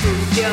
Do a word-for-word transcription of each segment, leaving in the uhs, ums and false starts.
sucio.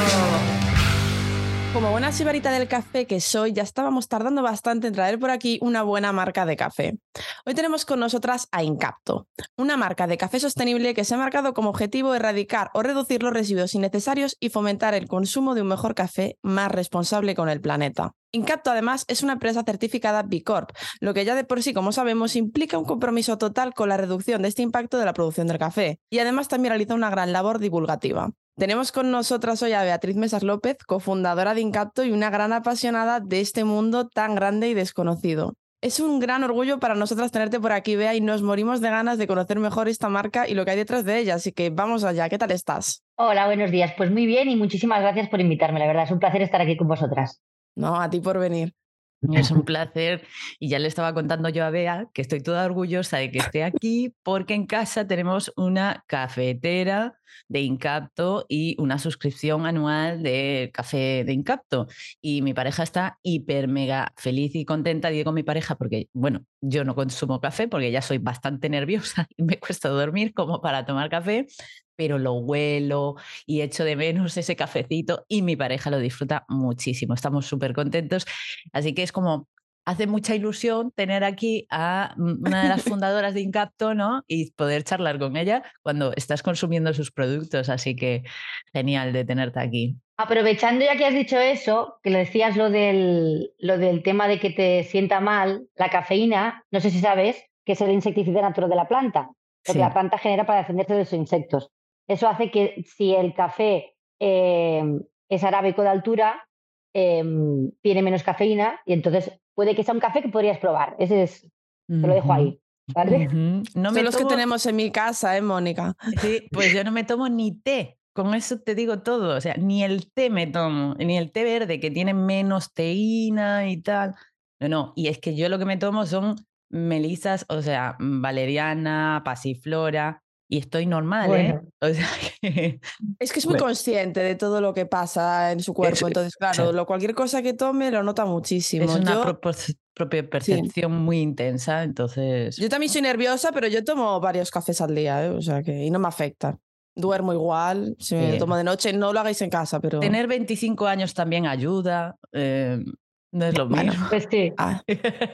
Como buena sibarita del café que soy, ya estábamos tardando bastante en traer por aquí una buena marca de café. Hoy tenemos con nosotras a Incapto, una marca de café sostenible que se ha marcado como objetivo erradicar o reducir los residuos innecesarios y fomentar el consumo de un mejor café más responsable con el planeta. Incapto además es una empresa certificada B Corp, lo que ya de por sí, como sabemos, implica un compromiso total con la reducción de este impacto de la producción del café, y además también realiza una gran labor divulgativa. Tenemos con nosotras hoy a Beatriz Mesas López, cofundadora de Incapto y una gran apasionada de este mundo tan grande y desconocido. Es un gran orgullo para nosotras tenerte por aquí, Bea, y nos morimos de ganas de conocer mejor esta marca y lo que hay detrás de ella, así que vamos allá. ¿Qué tal estás? Hola, buenos días. Pues muy bien y muchísimas gracias por invitarme. La verdad, es un placer estar aquí con vosotras. No, a ti por venir. Es un placer y ya le estaba contando yo a Bea que estoy toda orgullosa de que esté aquí porque en casa tenemos una cafetera de Incapto y una suscripción anual de café de Incapto y mi pareja está hiper mega feliz y contenta. Digo mi pareja porque, bueno, yo no consumo café porque ya soy bastante nerviosa y me cuesta dormir como para tomar café, pero lo huelo y echo de menos ese cafecito y mi pareja lo disfruta muchísimo. Estamos súper contentos. Así que es como, hace mucha ilusión tener aquí a una de las fundadoras de Incapto, ¿no? Y poder charlar con ella cuando estás consumiendo sus productos. Así que genial de tenerte aquí. Aprovechando ya que has dicho eso, que lo decías lo del, lo del tema de que te sienta mal, la cafeína, no sé si sabes, que es el insecticida natural de la planta, lo Sí. que la planta genera para defenderse de los insectos. Eso hace que si el café eh, es arábico de altura, eh, tiene menos cafeína y entonces puede que sea un café que podrías probar. Ese es, te lo dejo ahí, ¿vale? Ujú. No Son me los que tomo... tenemos en mi casa, ¿eh, Mónica? Sí, pues yo no me tomo ni té. Con eso te digo todo. O sea, ni el té me tomo, ni el té verde que tiene menos teína y tal. No, no. Y es que yo lo que me tomo son melisas, o sea, valeriana, pasiflora, y estoy normal, ¿eh? Bueno, O sea que... Es que es muy Bueno, consciente de todo lo que pasa en su es, cuerpo, entonces, o claro, sea, lo, cualquier cosa que tome lo nota es muchísimo. una Yo, propor- propia sí. percepción muy intensa, entonces... Yo también soy nerviosa, pero yo tomo varios cafés al día, ¿eh? O sea que, y no me afecta. Duermo igual, si me lo Sí. tomo de noche, no lo hagáis en casa, pero Tener veinticinco años también ayuda, eh, no es lo bueno, mismo. pues sí. ah,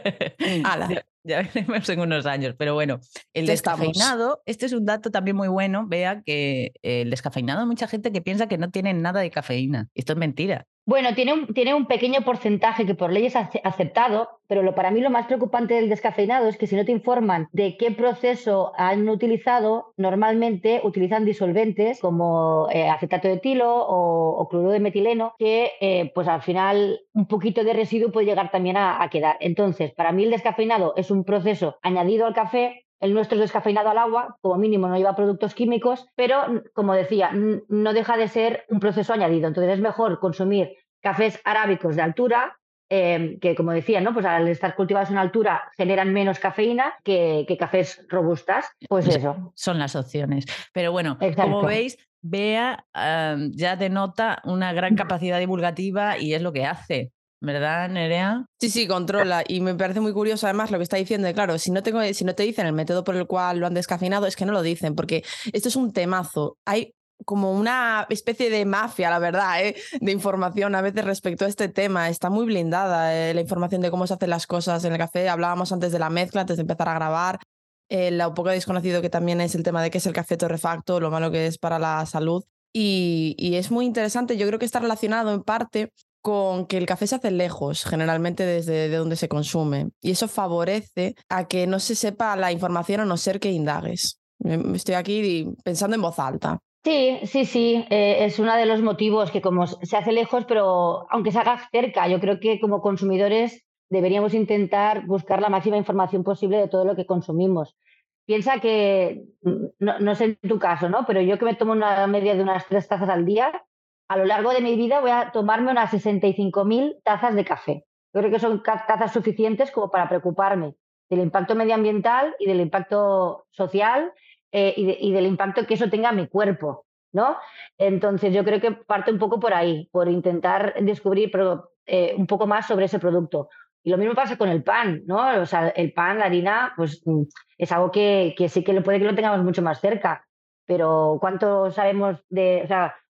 ala, Ya, ya veremos en unos años, pero bueno, el ya estamos. descafeinado, este es un dato también muy bueno, vea que eh, el descafeinado hay mucha gente que piensa que no tiene nada de cafeína. Esto es mentira. Bueno, tiene un, tiene un pequeño porcentaje que por ley es ace- aceptado, pero lo, para mí lo más preocupante del descafeinado es que si no te informan de qué proceso han utilizado, normalmente utilizan disolventes como eh, acetato de etilo o, o cloruro de metileno, que eh, pues al final un poquito de residuo puede llegar también a, a quedar. Entonces, para mí el descafeinado es un proceso añadido al café. El nuestro es descafeinado al agua, como mínimo no lleva productos químicos, pero como decía, no deja de ser un proceso añadido. Entonces es mejor consumir cafés arábicos de altura, eh, que como decía, ¿no? Pues al estar cultivados en altura generan menos cafeína que, que cafés robustas. Pues O sea, eso. son las opciones. Pero bueno, como Exacto. veis, Bea um, ya denota una gran capacidad divulgativa y es lo que hace, ¿verdad, Nerea? Sí, sí, controla. Y me parece muy curioso además lo que está diciendo. Y claro, si no, tengo, si no te dicen el método por el cual lo han descafeinado, es que no lo dicen, porque esto es un temazo. Hay como una especie de mafia, la verdad, ¿eh? De información a veces respecto a este tema. Está muy blindada eh, la información de cómo se hacen las cosas en el café. Hablábamos antes de la mezcla, antes de empezar a grabar. Eh, lo poco desconocido que también es el tema de qué es el café torrefacto, lo malo que es para la salud. Y, y es muy interesante. Yo creo que está relacionado en parte con que el café se hace lejos, generalmente desde de donde se consume. Y eso favorece a que no se sepa la información a no ser que indagues. Estoy aquí pensando en voz alta. Sí, sí, sí, eh, es uno de los motivos que como se hace lejos, pero aunque se haga cerca, yo creo que como consumidores deberíamos intentar buscar la máxima información posible de todo lo que consumimos. Piensa que, no, no sé en tu caso, ¿no? Pero yo que me tomo una media de unas tres tazas al día, a lo largo de mi vida voy a tomarme unas sesenta y cinco mil tazas de café. Yo creo que son tazas suficientes como para preocuparme del impacto medioambiental y del impacto social eh, y, de, y del impacto que eso tenga en mi cuerpo, ¿no? Entonces yo creo que parte un poco por ahí, por intentar descubrir pero, eh, un poco más sobre ese producto. Y lo mismo pasa con el pan, ¿no? O sea, el pan, la harina, pues es algo que, que sí que lo puede que lo tengamos mucho más cerca, pero ¿cuánto sabemos de, o sea,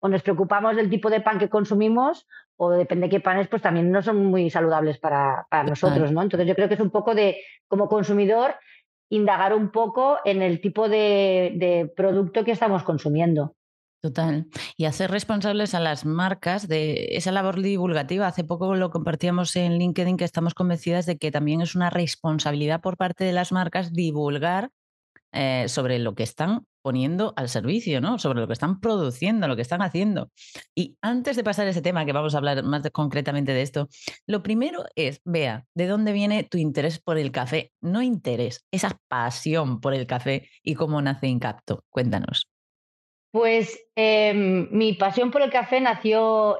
o nos preocupamos del tipo de pan que consumimos, o depende de qué panes, pues también no son muy saludables para, para Total. nosotros, ¿no? Entonces yo creo que es un poco de, como consumidor, indagar un poco en el tipo de, de producto que estamos consumiendo. Total. Y hacer responsables a las marcas de esa labor divulgativa. Hace poco lo compartíamos en LinkedIn, que estamos convencidas de que también es una responsabilidad por parte de las marcas divulgar eh, sobre lo que están poniendo al servicio, ¿no? Sobre lo que están produciendo, lo que están haciendo. Y antes de pasar a ese tema, que vamos a hablar más de- concretamente de esto, lo primero es, Bea, ¿de dónde viene tu interés por el café? No interés, esa pasión por el café y cómo nace Incapto. Cuéntanos. Pues em, mi pasión por el café nació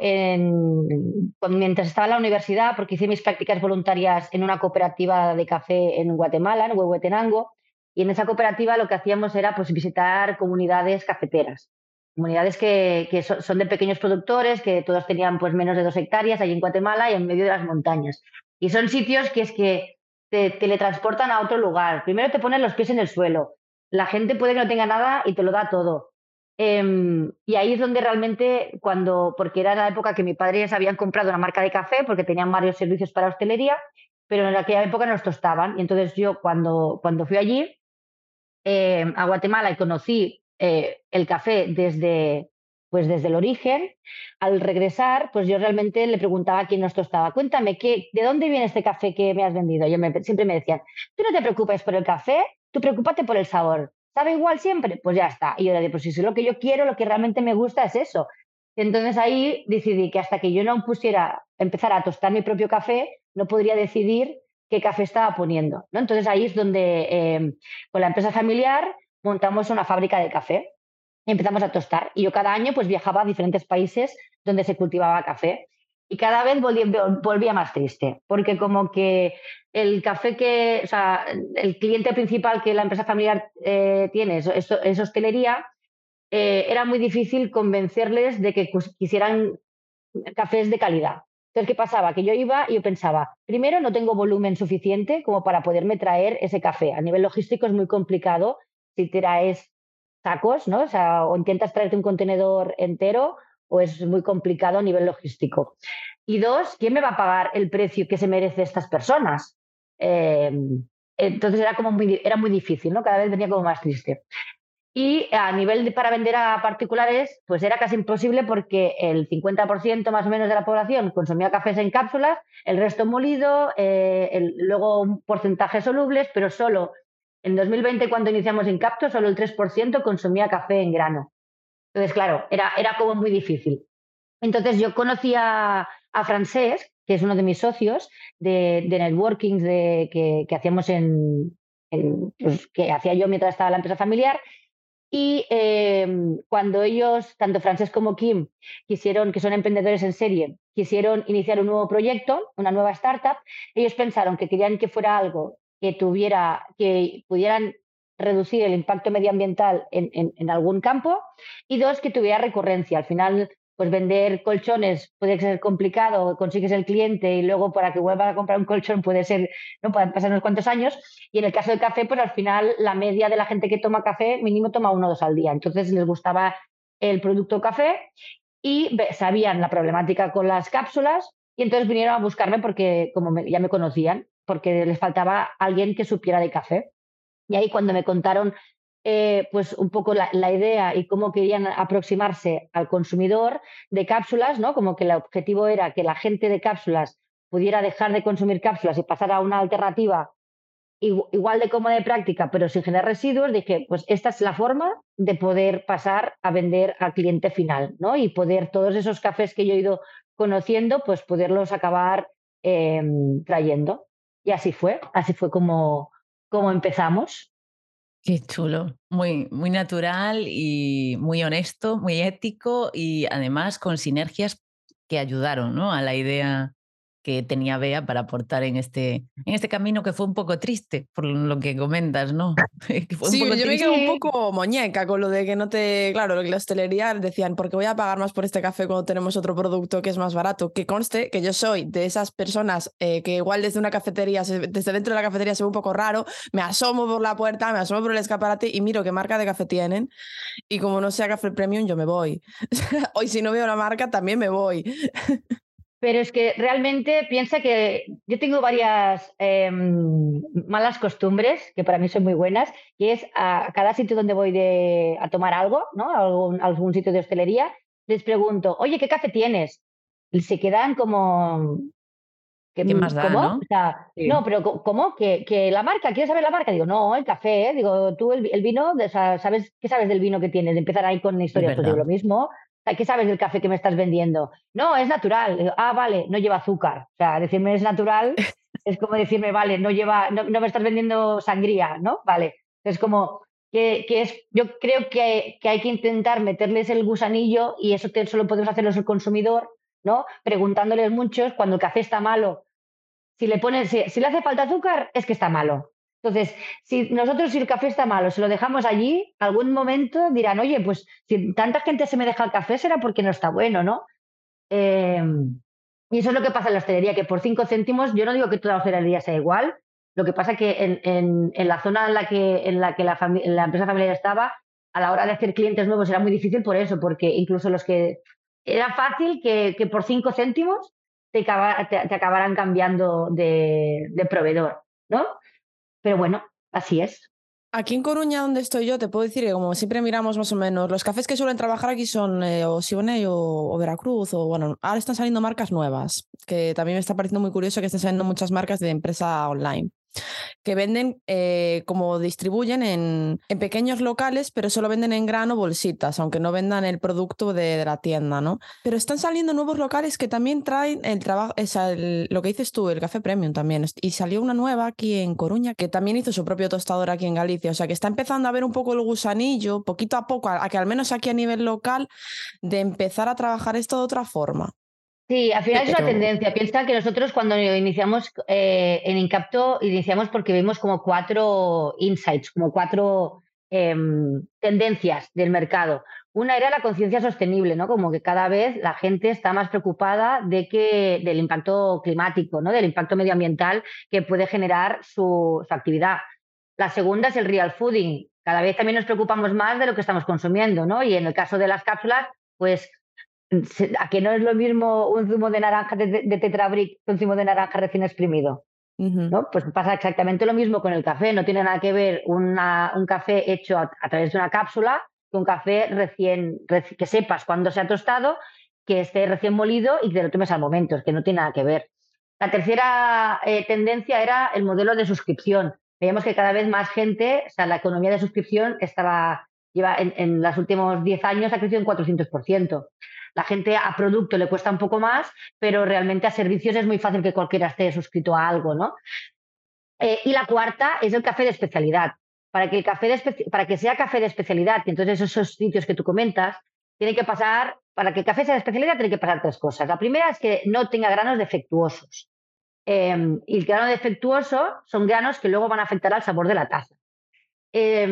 en- cuando- mientras estaba en la universidad, porque hice mis prácticas voluntarias en una cooperativa de café en Guatemala, en Huehuetenango, y en esa cooperativa lo que hacíamos era pues, visitar comunidades cafeteras, comunidades que, que so- son de pequeños productores, que todos tenían pues, menos de dos hectáreas allí en Guatemala y en medio de las montañas. Y son sitios que es que te teletransportan a otro lugar. Primero te ponen los pies en el suelo. La gente puede que no tenga nada y te lo da todo. Em, y ahí es donde realmente, cuando, porque era la época que mi padre se habían comprado una marca de café, porque tenían varios servicios para hostelería, pero en aquella época nos tostaban. Y entonces yo cuando, cuando fui allí eh, a Guatemala y conocí eh, el café desde, pues desde el origen, al regresar, pues yo realmente le preguntaba a quién nos tostaba, cuéntame, ¿qué, ¿de dónde viene este café que me has vendido? Yo me- siempre me decían, tú no te preocupes por el café, tú preocúpate por el sabor. ¿Sabe igual siempre? Pues ya está. Y yo le dije, pues si es lo que yo quiero, lo que realmente me gusta es eso. Entonces ahí decidí que hasta que yo no pusiera, empezara a tostar mi propio café, no podría decidir qué café estaba poniendo, ¿no? Entonces ahí es donde eh, con la empresa familiar montamos una fábrica de café y empezamos a tostar. Y yo cada año pues viajaba a diferentes países donde se cultivaba café. Y cada vez volvía, volvía más triste, porque como que el café que, o sea, el cliente principal que la empresa familiar eh, tiene es, es, es hostelería, eh, era muy difícil convencerles de que quisieran cafés de calidad. Entonces, ¿qué pasaba? Que yo iba y yo pensaba, primero, no tengo volumen suficiente como para poderme traer ese café. A nivel logístico es muy complicado si traes sacos, ¿no? O sea, o intentas traerte un contenedor entero o es muy complicado a nivel logístico. Y dos, ¿quién me va a pagar el precio que se merece estas personas? Eh, entonces era como muy, era muy difícil, ¿no? Cada vez venía como más triste. Y a nivel de, para vender a particulares, pues era casi imposible porque el cincuenta por ciento más o menos de la población consumía cafés en cápsulas, el resto molido, eh, el, luego un porcentaje solubles, pero solo en dos mil veinte, cuando iniciamos en Capto, solo el tres por ciento consumía café en grano. Entonces, claro, era, era como muy difícil. Entonces yo conocí a, a Francesc, que es uno de mis socios de, de networkings de, que, que hacíamos en, en pues, que hacía yo mientras estaba en la empresa familiar, y eh, cuando ellos, tanto Francesc como Kim, quisieron, que son emprendedores en serie, quisieron iniciar un nuevo proyecto, una nueva startup, ellos pensaron que querían que fuera algo que tuviera, que pudieran reducir el impacto medioambiental en, en, en algún campo, y dos, que tuviera recurrencia. Al final, pues vender colchones puede ser complicado, consigues el cliente y luego para que vuelvan a comprar un colchón puede ser, no pueden pasar unos cuantos años. Y en el caso del café, pues al final la media de la gente que toma café mínimo toma uno o dos al día. Entonces les gustaba el producto café y sabían la problemática con las cápsulas y entonces vinieron a buscarme porque como me, ya me conocían, porque les faltaba alguien que supiera de café. Y ahí cuando me contaron eh, pues un poco la, la, idea y cómo querían aproximarse al consumidor de cápsulas, ¿no? Como que el objetivo era que la gente de cápsulas pudiera dejar de consumir cápsulas y pasar a una alternativa igual de cómoda de práctica, pero sin generar residuos, dije, pues esta es la forma de poder pasar a vender al cliente final, ¿no? Y poder todos esos cafés que yo he ido conociendo, pues poderlos acabar eh, trayendo. Y así fue, así fue como, como empezamos. Qué chulo, muy, muy natural y muy honesto, muy ético y además con sinergias que ayudaron, ¿no? A la idea que tenía Bea para aportar en este, en este camino que fue un poco triste, por lo que comentas, ¿no? Que fue un Sí, poco yo me triste. quedo un poco muñeca con lo de que no te... Claro, lo que la hostelería decían, ¿por qué voy a pagar más por este café cuando tenemos otro producto que es más barato? Que conste que yo soy de esas personas eh, que igual desde una cafetería, desde dentro de la cafetería se ve un poco raro, me asomo por la puerta, me asomo por el escaparate y miro qué marca de café tienen y como no sea café premium yo me voy. Hoy si no veo la marca también me voy. Pero es que realmente piensa que yo tengo varias eh, malas costumbres, que para mí son muy buenas, y es a cada sitio donde voy de, a tomar algo, ¿no? A algún, a algún sitio de hostelería, les pregunto, oye, ¿qué café tienes? Y se quedan como, ¿Qué más da, ¿cómo? O no? sea, Sí. no, pero ¿cómo? ¿Que, que la marca? ¿Quieres saber la marca? Digo, no, el café, ¿eh? Digo, tú el, el vino, o sea, ¿sabes, qué sabes del vino que tienes? De empezar ahí con Es historias, pues digo, verdad. lo mismo. ¿Qué sabes del café que me estás vendiendo? No, es natural. Digo, ah, vale, no lleva azúcar. O sea, decirme es natural es como decirme, vale, no lleva, no, no me estás vendiendo sangría, ¿no? Vale. Es como que, que es, yo creo que, que hay que intentar meterles el gusanillo y eso te, solo podemos hacerlo el consumidor, ¿no? Preguntándoles muchos cuando el café está malo. Si le pones, si, si le hace falta azúcar, es que está malo. Entonces, si nosotros, si el café está malo, se lo dejamos allí, algún momento dirán, oye, pues si tanta gente se me deja el café será porque no está bueno, ¿no? Eh, y eso es lo que pasa en la hostelería, que por cinco céntimos, yo no digo que toda la hostelería sea igual, lo que pasa que en, en, en la zona en la que, en la, que la, la empresa familiar estaba, a la hora de hacer clientes nuevos era muy difícil por eso, porque incluso los que... Era fácil que, que por cinco céntimos te, acaba, te, te acabaran cambiando de, de proveedor, ¿no? Pero bueno, así es. Aquí en Coruña, donde estoy yo, te puedo decir que como siempre miramos más o menos, los cafés que suelen trabajar aquí son eh, o Siboney o, o Veracruz, o bueno, ahora están saliendo marcas nuevas, que también me está pareciendo muy curioso que estén saliendo muchas marcas de empresa online, que venden, eh, como distribuyen en, en pequeños locales, pero solo venden en grano bolsitas, aunque no vendan el producto de, de la tienda, ¿no? Pero están saliendo nuevos locales que también traen el trabajo, o sea, el, lo que dices tú, el café premium también. Y salió una nueva aquí en Coruña que también hizo su propio tostador aquí en Galicia. O sea, que está empezando a ver un poco el gusanillo, poquito a poco, a, a que al menos aquí a nivel local, de empezar a trabajar esto de otra forma. Sí, al final es una Pero... tendencia. Piensa que nosotros cuando iniciamos eh, en Incapto, iniciamos porque vimos como cuatro insights, como cuatro eh, tendencias del mercado. Una era la conciencia sostenible, ¿no? Como que cada vez la gente está más preocupada de que, del impacto climático, ¿no? Del impacto medioambiental que puede generar su, su actividad. La segunda es el real fooding. Cada vez también nos preocupamos más de lo que estamos consumiendo, ¿no? Y en el caso de las cápsulas, pues a que no es lo mismo un zumo de naranja de, de Tetrabric que un zumo de naranja recién exprimido, Uh-huh. ¿no? Pues pasa exactamente lo mismo con el café. No tiene nada que ver una, un café hecho a, a, través de una cápsula que un café recién, reci, que sepas cuándo se ha tostado, que esté recién molido y que te lo tomes al momento. Es que no tiene nada que ver. La tercera eh, tendencia era el modelo de suscripción. Veíamos que cada vez más gente, o sea, la economía de suscripción estaba, lleva en, en los últimos diez años ha crecido en cuatrocientos por ciento. La gente a producto le cuesta un poco más, pero realmente a servicios es muy fácil que cualquiera esté suscrito a algo, ¿no? Eh, y la cuarta es el café de especialidad. Para que, el café de espe- para que sea café de especialidad, y entonces esos sitios que tú comentas, tiene que pasar, para que el café sea de especialidad, tiene que pasar tres cosas. La primera es que no tenga granos defectuosos. Eh, y el grano defectuoso son granos que luego van a afectar al sabor de la taza. Eh,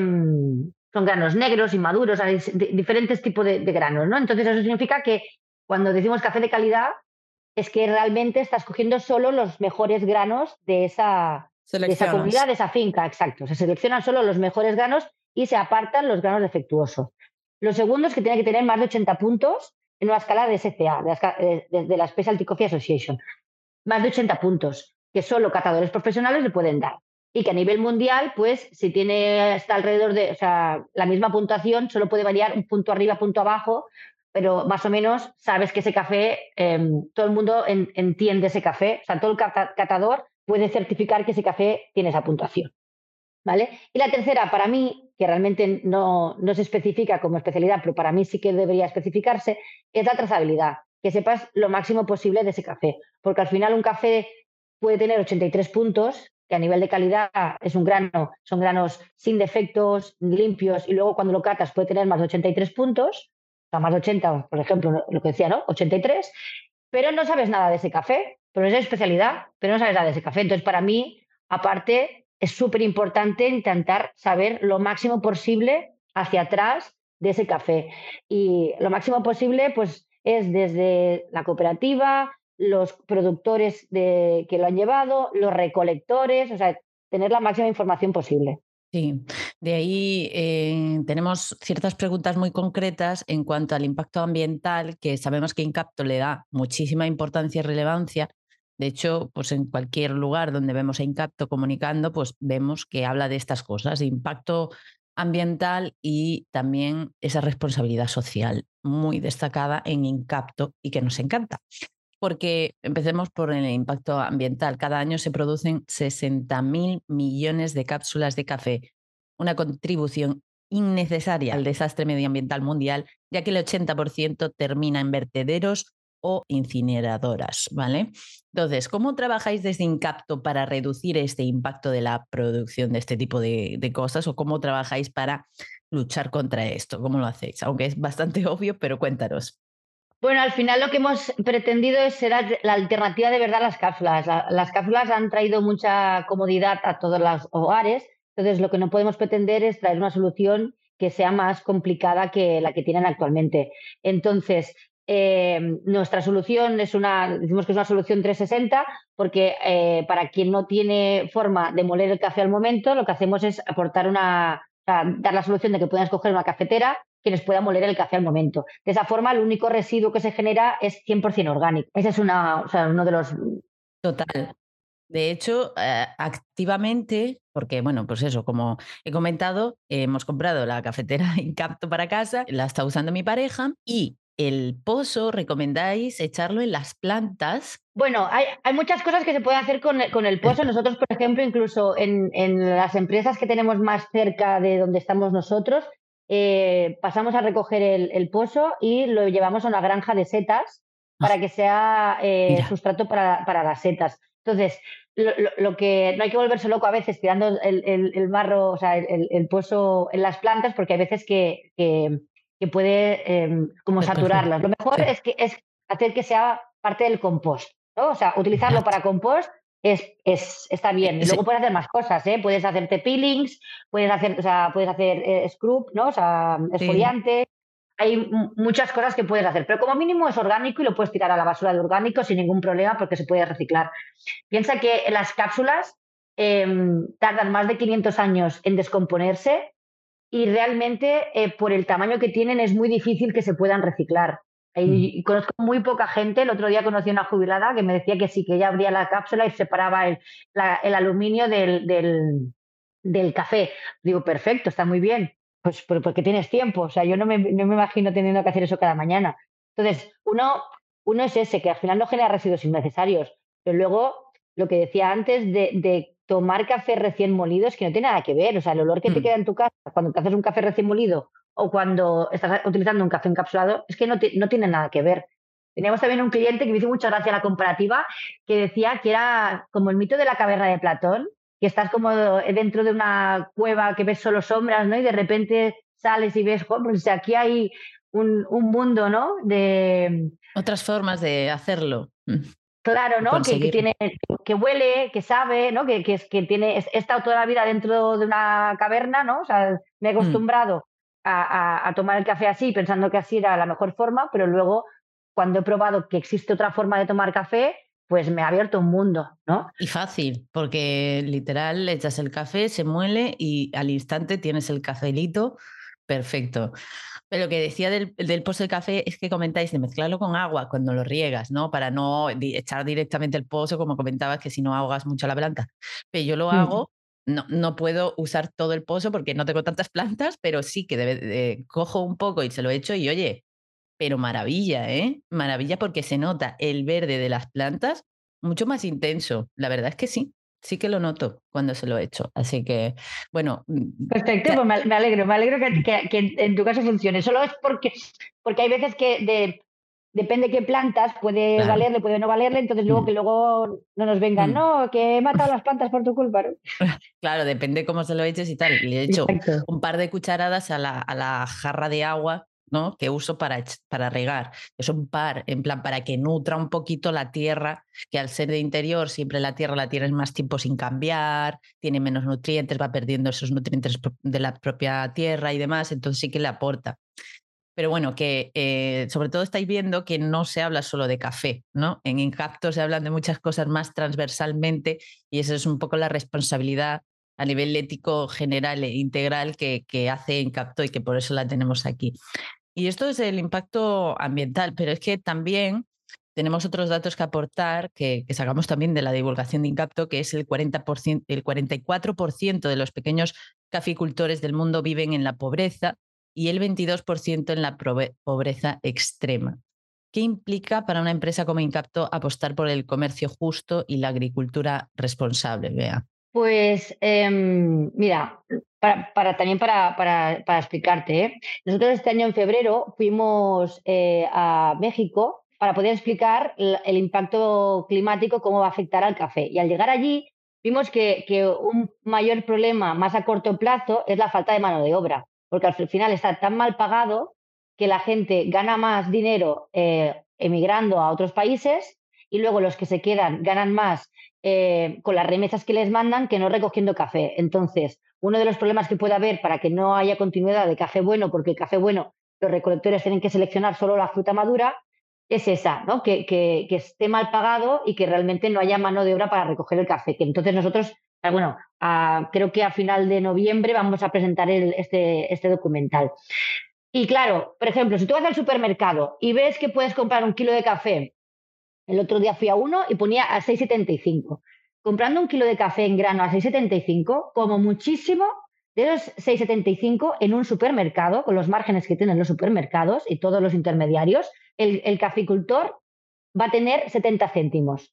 son granos negros, inmaduros, hay diferentes tipos de, de granos, ¿no? Entonces eso significa que cuando decimos café de calidad es que realmente estás cogiendo solo los mejores granos de esa, de esa comunidad, Seleccionas. de esa finca, exacto. Se seleccionan solo los mejores granos y se apartan los granos defectuosos. Lo segundo es que tiene que tener más de ochenta puntos en una escala de S C A, de la, de, de la Specialty Coffee Association. Más de ochenta puntos, que solo catadores profesionales le pueden dar. Y que a nivel mundial, pues, si tiene hasta alrededor de, o sea, la misma puntuación, solo puede variar un punto arriba, punto abajo, pero más o menos sabes que ese café, eh, todo el mundo en, entiende ese café, o sea, todo el catador puede certificar que ese café tiene esa puntuación, ¿vale? Y la tercera, para mí, que realmente no, no se especifica como especialidad, pero para mí sí que debería especificarse, es la trazabilidad, que sepas lo máximo posible de ese café, porque al final un café puede tener ochenta y tres puntos, que a nivel de calidad es un grano, son granos sin defectos, limpios, y luego cuando lo catas puede tener más de ochenta y tres puntos, o sea, más de ochenta, por ejemplo, lo que decía, ¿no? ochenta y tres, pero no sabes nada de ese café, pero es especialidad, pero no sabes nada de ese café. Entonces, para mí, aparte, es súper importante intentar saber lo máximo posible hacia atrás de ese café. Y lo máximo posible, pues, es desde la cooperativa, los productores de, que lo han llevado, los recolectores, o sea, tener la máxima información posible. Sí, de ahí eh, tenemos ciertas preguntas muy concretas en cuanto al impacto ambiental, que sabemos que Incapto le da muchísima importancia y relevancia. De hecho, pues en cualquier lugar donde vemos a Incapto comunicando, pues vemos que habla de estas cosas, de impacto ambiental y también esa responsabilidad social muy destacada en Incapto y que nos encanta. Porque empecemos por el impacto ambiental. Cada año se producen sesenta mil millones de cápsulas de café, una contribución innecesaria al desastre medioambiental mundial, ya que el ochenta por ciento termina en vertederos o incineradoras, ¿vale? Entonces, ¿cómo trabajáis desde Incapto para reducir este impacto de la producción de este tipo de, de cosas o cómo trabajáis para luchar contra esto? ¿Cómo lo hacéis? Aunque es bastante obvio, pero cuéntanos. Bueno, al final lo que hemos pretendido es ser la alternativa de verdad a las cápsulas. Las cápsulas han traído mucha comodidad a todos los hogares, entonces lo que no podemos pretender es traer una solución que sea más complicada que la que tienen actualmente. Entonces, eh, nuestra solución es una, decimos que es una solución trescientos sesenta, porque eh, para quien no tiene forma de moler el café al momento, lo que hacemos es aportar una, o sea, dar la solución de que puedan escoger una cafetera que les pueda moler el café al momento. De esa forma, el único residuo que se genera es cien por ciento orgánico. Ese es una, o sea, uno de los... Total. De hecho, eh, activamente, porque bueno, pues eso, como he comentado, eh, hemos comprado la cafetera Incapto para casa, la está usando mi pareja y el pozo recomendáis echarlo en las plantas. Bueno, hay, hay muchas cosas que se pueden hacer con el, con el pozo. Nosotros, por ejemplo, incluso en, en las empresas que tenemos más cerca de donde estamos nosotros, eh, pasamos a recoger el, el pozo y lo llevamos a una granja de setas para que sea eh, Mira, sustrato para, para las setas. Entonces, lo, lo, lo que no hay que volverse loco a veces tirando el, el, el barro, o sea, el, el pozo en las plantas, porque hay veces que, que, que puede eh, como pues perfecto. saturarlas. Lo mejor Sí, es, que, es hacer que sea parte del compost, ¿no? O sea, utilizarlo exacto. para compost es, es, está bien. Y Ese- luego puedes hacer más cosas, ¿eh? Puedes hacerte peelings, puedes hacer, o sea, puedes hacer eh, scrub, ¿no? O sea, sí, esfoliante. Hay m- muchas cosas que puedes hacer, pero como mínimo es orgánico y lo puedes tirar a la basura de orgánico sin ningún problema porque se puede reciclar. Piensa que las cápsulas eh, tardan más de quinientos años en descomponerse y realmente eh, por el tamaño que tienen es muy difícil que se puedan reciclar. mm, Y conozco muy poca gente, el otro día conocí a una jubilada que me decía que sí, que ella abría la cápsula y separaba el, la, el aluminio del, del, del, café. Digo, perfecto, está muy bien, pues porque tienes tiempo, o sea, yo no me, no me imagino teniendo que hacer eso cada mañana. Entonces, uno, uno es ese, que al final no genera residuos innecesarios, pero luego lo que decía antes de, de tomar café recién molido es que no tiene nada que ver. O sea, el olor que te mm, queda en tu casa cuando te haces un café recién molido o cuando estás utilizando un café encapsulado es que no, no tiene nada que ver. Teníamos también un cliente que me hizo mucha gracia la comparativa, que decía que era como el mito de la caverna de Platón, que estás como dentro de una cueva que ves solo sombras, ¿no? Y de repente sales y ves, oh, pues aquí hay un, un mundo, ¿no? De, otras formas de hacerlo, mm, claro, de ¿no? Que, que conseguirlo. tiene, que huele, que sabe, ¿no? Que, que, que tiene, he estado toda la vida dentro de una caverna, ¿no? O sea, me he Mm. acostumbrado a, a, a tomar el café así, pensando que así era la mejor forma, pero luego, cuando he probado que existe otra forma de tomar café, pues me ha abierto un mundo, ¿no? Y fácil, porque literal le echas el café, se muele y al instante tienes el cafelito perfecto. Pero lo que decía del, del pozo de café es que comentáis de mezclarlo con agua cuando lo riegas, ¿no? Para no di- echar directamente el pozo, como comentabas, que si no ahogas mucho la planta. Pero yo lo Mm. hago, no, no puedo usar todo el pozo porque no tengo tantas plantas, pero sí que debe- de- cojo un poco y se lo echo y oye, pero maravilla, ¿eh? Maravilla porque se nota el verde de las plantas mucho más intenso. La verdad es que sí, sí que lo noto cuando se lo echo. Así que, bueno, mm, Perfecto, ya- pues me, me alegro, me alegro que, que, que en, en tu caso funcione. Solo es porque, porque hay veces que de, depende qué plantas puede claro. valerle, puede no valerle, entonces luego Mm, que luego no nos vengan, mm. no, que he matado las plantas por tu culpa, ¿no? Claro, depende cómo se lo eches y tal. Le he hecho Exacto. un par de cucharadas a la, a la jarra de agua ¿no? Que uso para, para regar. Es un par, en plan, para que nutra un poquito la tierra, que al ser de interior siempre la tierra la tienes más tiempo sin cambiar, tiene menos nutrientes, va perdiendo esos nutrientes de la propia tierra y demás, entonces sí que le aporta. Pero bueno, que eh, sobre todo estáis viendo que no se habla solo de café, ¿no? En Incapto se hablan de muchas cosas más transversalmente y esa es un poco la responsabilidad a nivel ético general e integral que, que hace Incapto y que por eso la tenemos aquí. Y esto es el impacto ambiental, pero es que también tenemos otros datos que aportar que, que sacamos también de la divulgación de Incapto, que es el, cuarenta por ciento, el cuarenta y cuatro por ciento de los pequeños caficultores del mundo viven en la pobreza y el veintidós por ciento en la pobreza extrema. ¿Qué implica para una empresa como Incapto apostar por el comercio justo y la agricultura responsable, Bea? Pues eh, mira, para, para también para, para, para explicarte, ¿eh? Nosotros este año en febrero fuimos eh, a México para poder explicar el, el impacto climático, cómo va a afectar al café. Y al llegar allí vimos que, que un mayor problema más a corto plazo es la falta de mano de obra, porque al final está tan mal pagado que la gente gana más dinero eh, emigrando a otros países y luego los que se quedan ganan más Eh, con las remesas que les mandan que no recogiendo café. Entonces, uno de los problemas que puede haber para que no haya continuidad de café bueno, porque el café bueno, los recolectores tienen que seleccionar solo la fruta madura, es esa, ¿no? Que, que, que esté mal pagado y que realmente no haya mano de obra para recoger el café. Que entonces nosotros, bueno, a, creo que a final de noviembre vamos a presentar el, este, este documental. Y claro, por ejemplo, si tú vas al supermercado y ves que puedes comprar un kilo de café. El otro día fui a uno y ponía a seis setenta y cinco. Comprando un kilo de café en grano a seis setenta y cinco, como muchísimo, de los seis setenta y cinco en un supermercado, con los márgenes que tienen los supermercados y todos los intermediarios, el, el caficultor va a tener setenta céntimos.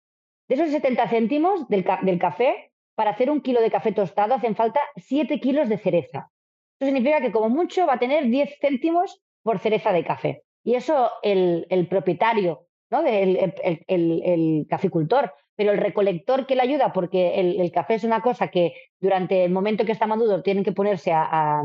De esos setenta céntimos del, del café, para hacer un kilo de café tostado hacen falta siete kilos de cereza. Eso significa que como mucho va a tener diez céntimos por cereza de café. Y eso el, el propietario, ¿no? el, el, el, el caficultor, pero el recolector que le ayuda, porque el, el café es una cosa que durante el momento que está maduro tienen que ponerse a, a,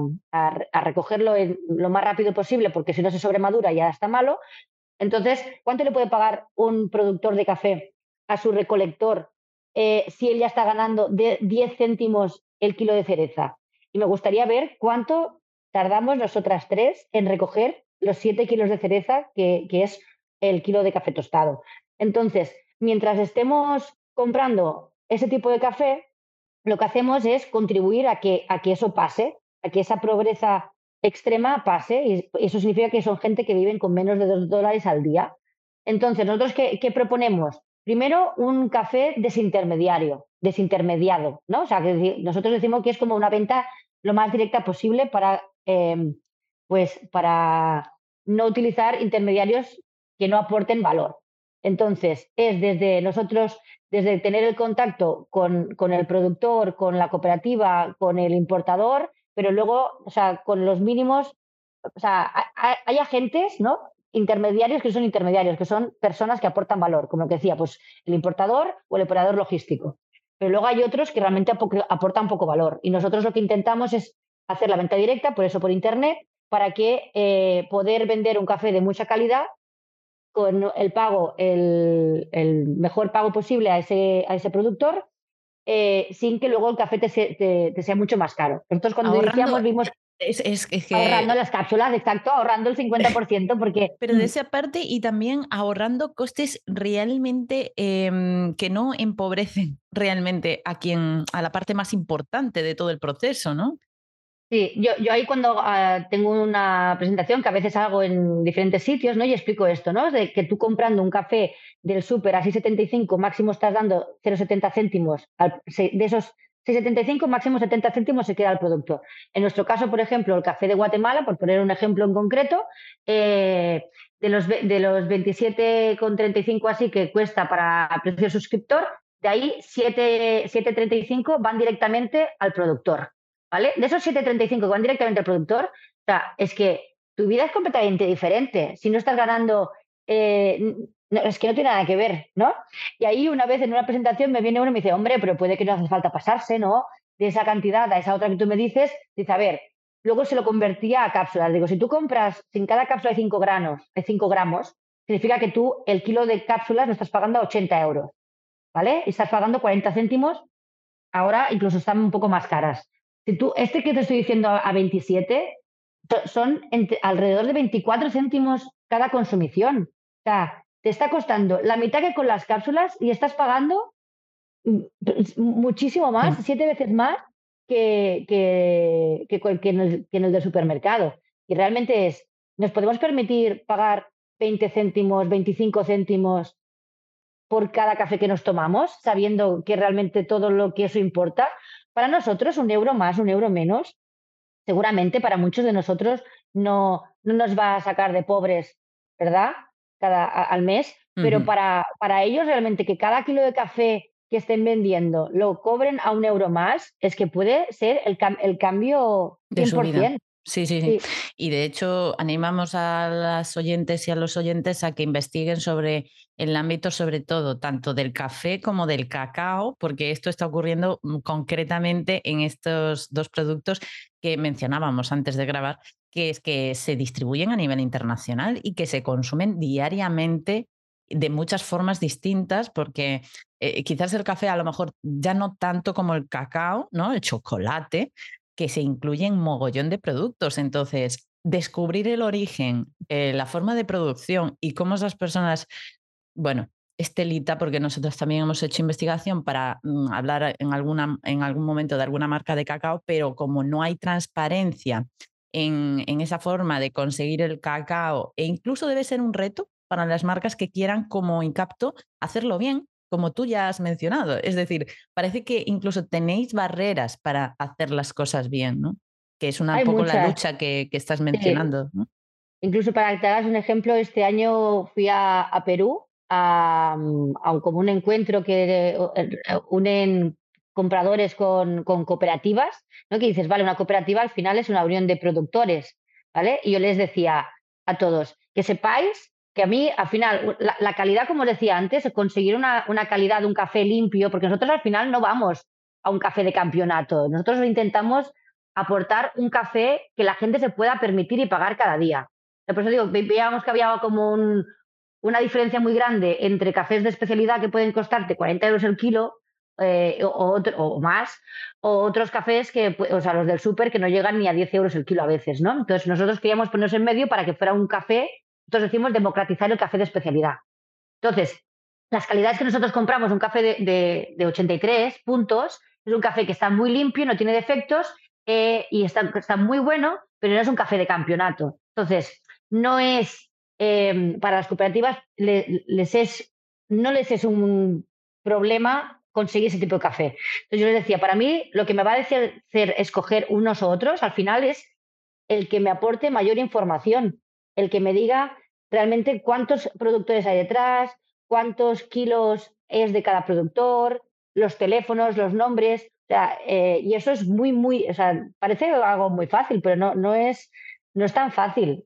a recogerlo en, lo más rápido posible, porque si no se sobremadura ya está malo. Entonces, ¿cuánto le puede pagar un productor de café a su recolector eh, si él ya está ganando de diez céntimos el kilo de cereza? Y me gustaría ver cuánto tardamos nosotras tres en recoger los siete kilos de cereza, que, que es el kilo de café tostado. Entonces, mientras estemos comprando ese tipo de café, lo que hacemos es contribuir a que, a que eso pase, a que esa pobreza extrema pase, y eso significa que son gente que viven con menos de dos dólares al día. Entonces, ¿nosotros qué, qué proponemos? Primero, un café desintermediario, desintermediado, ¿no? O sea, que nosotros decimos que es como una venta lo más directa posible para, eh, pues, para no utilizar intermediarios que no aporten valor. Entonces, es desde nosotros, desde tener el contacto con, con el productor, con la cooperativa, con el importador, pero luego, o sea, con los mínimos, o sea, hay, hay agentes, ¿no? Intermediarios que son intermediarios, que son personas que aportan valor, como que decía, pues el importador o el operador logístico. Pero luego hay otros que realmente aportan poco valor. Y nosotros lo que intentamos es hacer la venta directa, por eso por internet, para que eh, poder vender un café de mucha calidad con el pago, el, el mejor pago posible a ese, a ese productor, eh, sin que luego el café te, te, te sea mucho más caro. Nosotros cuando ahorrando, iniciamos vimos... Es, es, es que... Ahorrando las cápsulas, exacto, ahorrando el cincuenta por ciento porque... Pero de esa parte y también ahorrando costes realmente eh, que no empobrecen realmente a quien, a la parte más importante de todo el proceso, ¿no? Sí, yo, yo ahí cuando uh, tengo una presentación que a veces hago en diferentes sitios, ¿no? Y explico esto, ¿no? De que tú comprando un café del súper a seis setenta y cinco, máximo estás dando cero coma setenta céntimos, al, de esos seis setenta y cinco, máximo setenta céntimos se queda el producto. En nuestro caso, por ejemplo, el café de Guatemala, por poner un ejemplo en concreto, eh, de los, de los veintisiete coma treinta y cinco así que cuesta para precio suscriptor, de ahí siete coma treinta y cinco van directamente al productor. ¿Vale? De esos siete coma treinta y cinco que van directamente al productor, o sea, es que tu vida es completamente diferente. Si no estás ganando, eh, no, es que no tiene nada que ver, ¿no? Y ahí una vez en una presentación me viene uno y me dice, hombre, pero puede que no hace falta pasarse, ¿no? De esa cantidad a esa otra que tú me dices, dice, a ver, luego se lo convertía a cápsulas. Digo, si tú compras, si en cada cápsula hay cinco gramos, hay cinco gramos, significa que tú el kilo de cápsulas lo estás pagando a ochenta euros, ¿vale? Y estás pagando cuarenta céntimos, ahora incluso están un poco más caras. Si tú, este que te estoy diciendo a veintisiete, son entre, alrededor de veinticuatro céntimos cada consumición. O sea, te está costando la mitad que con las cápsulas y estás pagando muchísimo más, Sí. siete veces más que, que, que, que, en el, que en el del supermercado. Y realmente es, ¿nos podemos permitir pagar veinte céntimos, veinticinco céntimos por cada café que nos tomamos, sabiendo que realmente todo lo que eso importa? Para nosotros, un euro más, un euro menos, seguramente para muchos de nosotros no, no nos va a sacar de pobres, ¿verdad? Cada, a, al mes, pero Uh-huh. para, para ellos realmente que cada kilo de café que estén vendiendo lo cobren a un euro más, es que puede ser el, cam el cambio De cien su por vida. cien. Sí, sí, sí. Sí. Y de hecho animamos a las oyentes y a los oyentes a que investiguen sobre el ámbito, sobre todo, tanto del café como del cacao, porque esto está ocurriendo mm, concretamente en estos dos productos que mencionábamos antes de grabar, que es que se distribuyen a nivel internacional y que se consumen diariamente de muchas formas distintas, porque eh, quizás el café a lo mejor ya no tanto como el cacao, ¿no? El chocolate, que se incluyen mogollón de productos. Entonces, descubrir el origen, eh, la forma de producción y cómo esas personas, bueno, es telita, porque nosotros también hemos hecho investigación para mm, hablar en, alguna, en algún momento de alguna marca de cacao, pero como no hay transparencia en, en esa forma de conseguir el cacao, e incluso debe ser un reto para las marcas que quieran, como Incapto, hacerlo bien, como tú ya has mencionado. Es decir, parece que incluso tenéis barreras para hacer las cosas bien, ¿no? Que es una Hay poco la muchas. lucha que, que estás Sí. mencionando, ¿no? Incluso para que te hagas un ejemplo, este año fui a, a Perú a, mm, a un, como un encuentro que eh, unen compradores con, con cooperativas, ¿no? Que dices, vale, una cooperativa al final es una unión de productores, ¿vale? Y yo les decía a todos, que sepáis que a mí, al final, la, la calidad, como os decía antes, conseguir una, una calidad de un café limpio, porque nosotros al final no vamos a un café de campeonato, nosotros intentamos aportar un café que la gente se pueda permitir y pagar cada día. Por eso digo, veíamos que había como un, una diferencia muy grande entre cafés de especialidad que pueden costarte cuarenta euros el kilo eh, o, otro, o más, o otros cafés que, o sea, los del súper que no llegan ni a diez euros el kilo a veces, ¿no? Entonces nosotros queríamos ponernos en medio para que fuera un café, entonces decimos democratizar el café de especialidad. Entonces, las calidades que nosotros compramos, un café de, de, de ochenta y tres puntos, es un café que está muy limpio, no tiene defectos eh, y está, está muy bueno, pero no es un café de campeonato. Entonces, no es, eh, para las cooperativas, le, les es, no les es un problema conseguir ese tipo de café. Entonces yo les decía, para mí lo que me va a hacer escoger unos u otros al final es el que me aporte mayor información, el que me diga realmente cuántos productores hay detrás, cuántos kilos es de cada productor, los teléfonos, los nombres, o sea, eh, y eso es muy, muy, o sea, parece algo muy fácil, pero no, no, es, no es tan fácil.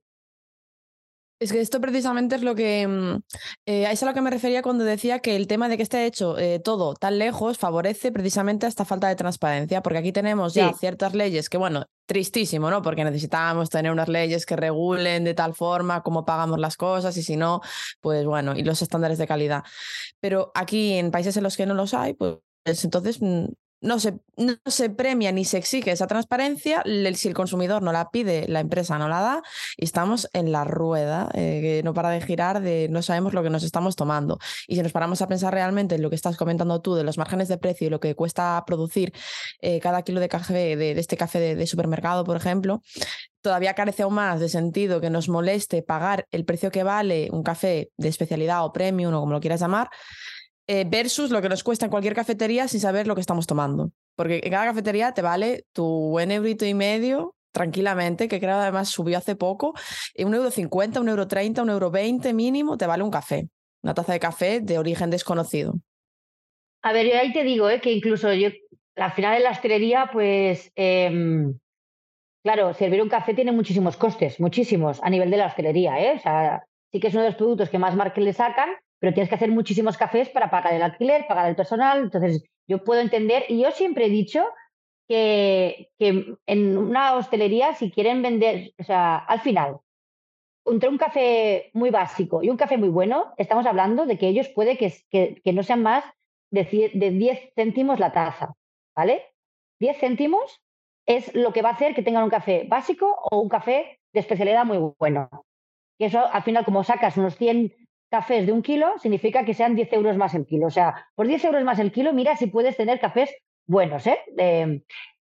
Es que esto precisamente es lo que mm, eh, es a lo que me refería cuando decía que el tema de que esté hecho eh, todo tan lejos favorece precisamente a esta falta de transparencia, porque aquí tenemos ya Sí. ciertas leyes que, bueno, tristísimo, ¿no? Porque necesitamos tener unas leyes que regulen de tal forma cómo pagamos las cosas y si no, pues bueno, y los estándares de calidad. Pero aquí en países en los que no los hay, pues entonces mm, no se, no se premia ni se exige esa transparencia. Si el consumidor no la pide, la empresa no la da y estamos en la rueda eh, que no para de girar, de no sabemos lo que nos estamos tomando. Y si nos paramos a pensar realmente en lo que estás comentando tú de los márgenes de precio y lo que cuesta producir eh, cada kilo de café, de, de este café de, de supermercado, por ejemplo, todavía carece aún más de sentido que nos moleste pagar el precio que vale un café de especialidad o premium o como lo quieras llamar, eh, versus lo que nos cuesta en cualquier cafetería sin saber lo que estamos tomando. Porque en cada cafetería te vale tu buen eurito y medio tranquilamente, que creo además subió hace poco, un euro cincuenta, un euro treinta, un euro veinte mínimo te vale un café, una taza de café de origen desconocido. A ver, yo ahí te digo, ¿eh? Que incluso yo, al final en la hostelería, pues, eh, claro, servir un café tiene muchísimos costes, muchísimos, a nivel de la hostelería, ¿eh? O sea, sí que es uno de los productos que más margen le sacan, pero tienes que hacer muchísimos cafés para pagar el alquiler, pagar el personal. Entonces, yo puedo entender, y yo siempre he dicho que, que en una hostelería, si quieren vender, o sea, al final, entre un café muy básico y un café muy bueno, estamos hablando de que ellos puede que, que, que no sean más de, de diez céntimos la taza, ¿vale? diez céntimos es lo que va a hacer que tengan un café básico o un café de especialidad muy bueno. Y eso, al final, como sacas unos cien cafés de un kilo, significa que sean diez euros más el kilo. O sea, por diez euros más el kilo, mira si puedes tener cafés buenos, ¿eh? De,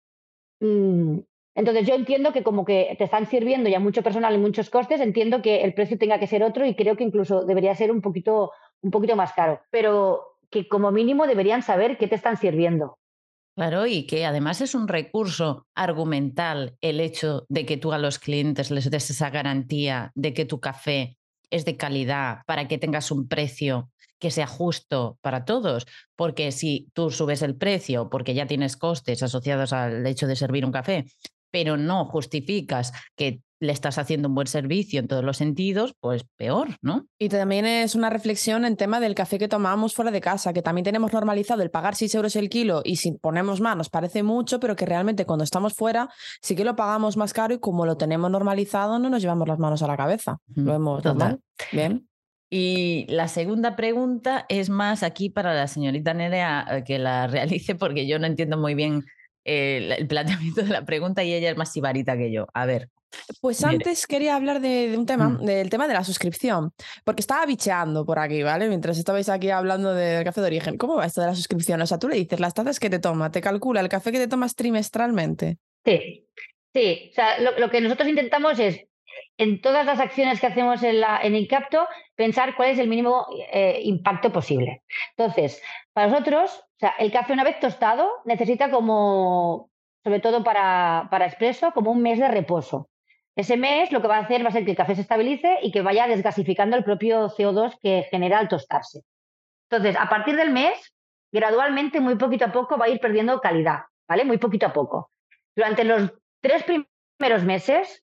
mm, entonces yo entiendo que como que te están sirviendo ya mucho personal y muchos costes, entiendo que el precio tenga que ser otro y creo que incluso debería ser un poquito, un poquito más caro, pero que como mínimo deberían saber qué te están sirviendo. Claro, y que además es un recurso argumental el hecho de que tú a los clientes les des esa garantía de que tu café es de calidad para que tengas un precio que sea justo para todos. Porque si tú subes el precio porque ya tienes costes asociados al hecho de servir un café, pero no justificas que le estás haciendo un buen servicio en todos los sentidos, pues peor, ¿no? Y también es una reflexión en tema del café que tomamos fuera de casa, que también tenemos normalizado el pagar seis euros el kilo y si ponemos más nos parece mucho, pero que realmente cuando estamos fuera sí que lo pagamos más caro y como lo tenemos normalizado no nos llevamos las manos a la cabeza. Lo vemos normal. Bien. Y la segunda pregunta es más aquí para la señorita Nerea que la realice porque yo no entiendo muy bien el, el planteamiento de la pregunta y ella es más sibarita que yo. A ver. Pues antes quería hablar de, de un tema, Mm. del tema de la suscripción, porque estaba bicheando por aquí, ¿vale? Mientras estabais aquí hablando del café de origen. ¿Cómo va esto de la suscripción? O sea, tú le dices las tazas que te toma, te calcula el café que te tomas trimestralmente. Sí, sí. O sea, lo, lo que nosotros intentamos es, en todas las acciones que hacemos en, la, en Incapto, pensar cuál es el mínimo eh, impacto posible. Entonces, para nosotros, o sea, el café una vez tostado necesita como, sobre todo para, para expreso, como un mes de reposo. Ese mes lo que va a hacer va a ser que el café se estabilice y que vaya desgasificando el propio C O dos que genera al tostarse. Entonces, a partir del mes, gradualmente, muy poquito a poco, va a ir perdiendo calidad, ¿vale? Muy poquito a poco. Durante los tres primeros meses,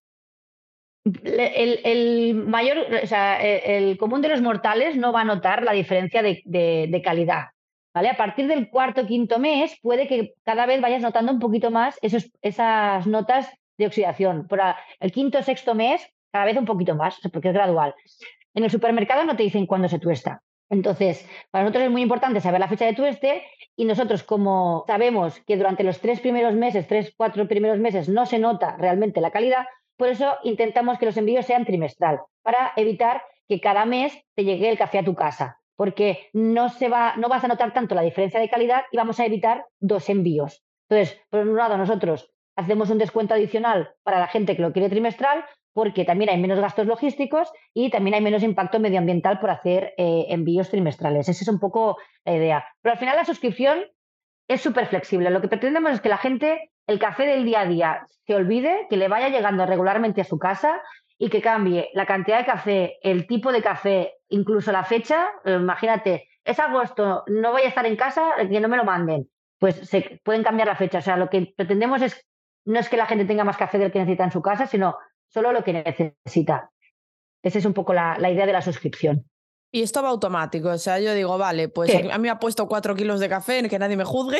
el, el mayor, o sea, el común de los mortales no va a notar la diferencia de, de, de calidad. ¿Vale? A partir del cuarto o quinto mes puede que cada vez vayas notando un poquito más esos, esas notas de oxidación. Por el quinto o sexto mes, cada vez un poquito más, porque es gradual. En el supermercado no te dicen cuándo se tuesta. Entonces, para nosotros es muy importante saber la fecha de tueste y nosotros, como sabemos que durante los tres primeros meses, tres, cuatro primeros meses no se nota realmente la calidad, por eso intentamos que los envíos sean trimestral, para evitar que cada mes te llegue el café a tu casa, porque no, se va, no vas a notar tanto la diferencia de calidad y vamos a evitar dos envíos. Entonces, por un lado, nosotros hacemos un descuento adicional para la gente que lo quiere trimestral, porque también hay menos gastos logísticos y también hay menos impacto medioambiental por hacer eh, envíos trimestrales. Esa es un poco la idea. Pero al final la suscripción es súper flexible. Lo que pretendemos es que la gente, el café del día a día, se olvide, que le vaya llegando regularmente a su casa y que cambie la cantidad de café, el tipo de café, incluso la fecha. Eh, imagínate, es agosto, no voy a estar en casa, que no me lo manden. Pues se pueden cambiar la fecha. O sea, lo que pretendemos es no es que la gente tenga más café del que necesita en su casa, sino solo lo que necesita. Esa es un poco la, la idea de la suscripción. Y esto va automático, o sea, yo digo, vale, pues ¿Qué? a mí me ha puesto cuatro kilos de café, que nadie me juzgue.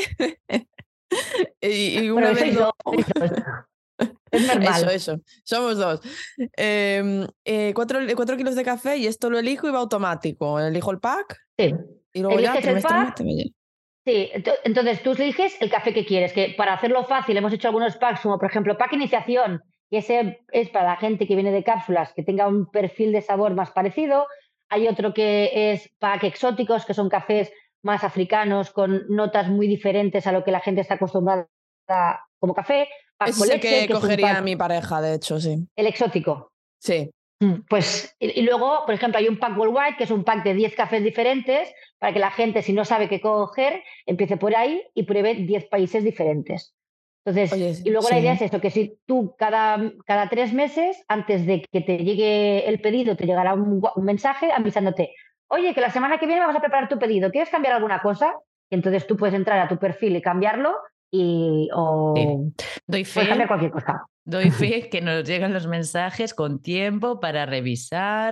y, y Bueno, una vez lo... lo... Es normal. Eso, eso, somos dos. Eh, eh, cuatro, cuatro kilos de café y esto lo elijo y va automático. Elijo el pack Sí. y luego ya Eliges el pack. me llena. Sí, entonces tú eliges el café que quieres, que para hacerlo fácil hemos hecho algunos packs, como por ejemplo pack iniciación, y ese es para la gente que viene de cápsulas, que tenga un perfil de sabor más parecido. Hay otro que es pack exóticos, que son cafés más africanos con notas muy diferentes a lo que la gente está acostumbrada a, como café. Pack Ese con es el leche, que que cogería es un pack, a mi pareja, de hecho, sí. el exótico. Sí. Pues, y, y luego, por ejemplo, hay un pack worldwide, que es un pack de diez cafés diferentes, para que la gente, si no sabe qué coger, empiece por ahí y pruebe diez países diferentes. Entonces, Oye, y luego sí. la idea es esto, que si tú cada, cada tres meses, antes de que te llegue el pedido, te llegará un, un mensaje avisándote, oye, que la semana que viene vamos a preparar tu pedido, ¿quieres cambiar alguna cosa? Y entonces tú puedes entrar a tu perfil y cambiarlo y o Sí. Doy fe, puedes cambiar cualquier cosa. Doy fe que nos llegan los mensajes con tiempo para revisar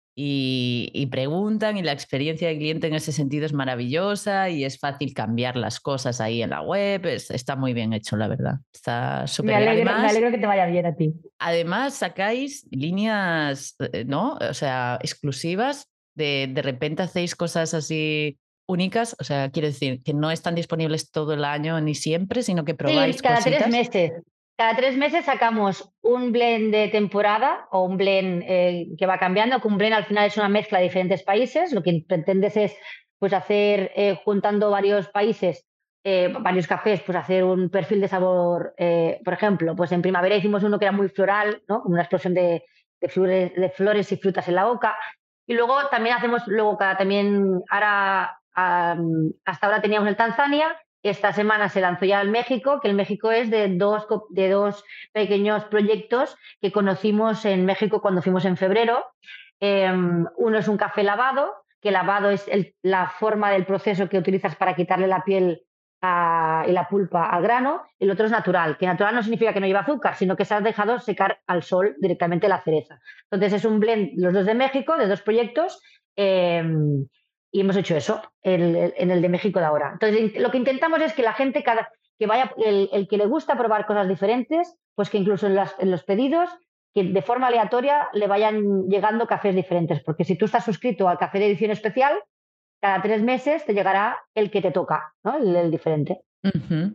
y, y preguntan y la experiencia del cliente en ese sentido es maravillosa y es fácil cambiar las cosas ahí en la web. Es- está muy bien hecho, la verdad. Está Me súper bien. alegro, me Además, alegro que te vaya bien a ti. además sacáis líneas, eh, ¿no? O sea, exclusivas. De, de repente hacéis cosas así únicas. O sea, quiero decir que no están disponibles todo el año ni siempre, sino que Sí, probáis cada tres cositas. meses. Cada tres meses sacamos un blend de temporada o un blend eh, que va cambiando, que un blend al final es una mezcla de diferentes países. Lo que pretendes es pues hacer, eh, juntando varios países, eh, varios cafés, pues hacer un perfil de sabor. Eh, por ejemplo, pues en primavera hicimos uno que era muy floral, ¿no? Como una explosión de, de flores, de flores y frutas en la boca. Y luego también hacemos, luego cada también, ahora, um, hasta ahora teníamos el Tanzania. Esta semana se lanzó ya el México, que el México es de dos, de dos pequeños proyectos que conocimos en México cuando fuimos en febrero. Eh, uno es un café lavado, que lavado es el, la forma del proceso que utilizas para quitarle la piel a, y la pulpa al grano. El otro es natural, que natural no significa que no lleva azúcar, sino que se ha dejado secar al sol directamente la cereza. Entonces es un blend, los dos de México, de dos proyectos. Eh, y hemos hecho eso el, el, en el de México de ahora. Entonces, lo que intentamos es que la gente, cada, que vaya, el, el que le gusta probar cosas diferentes, pues que incluso en, las, en los pedidos, que de forma aleatoria le vayan llegando cafés diferentes. Porque si tú estás suscrito al café de edición especial, cada tres meses te llegará el que te toca, ¿no? El, el diferente. Ujú.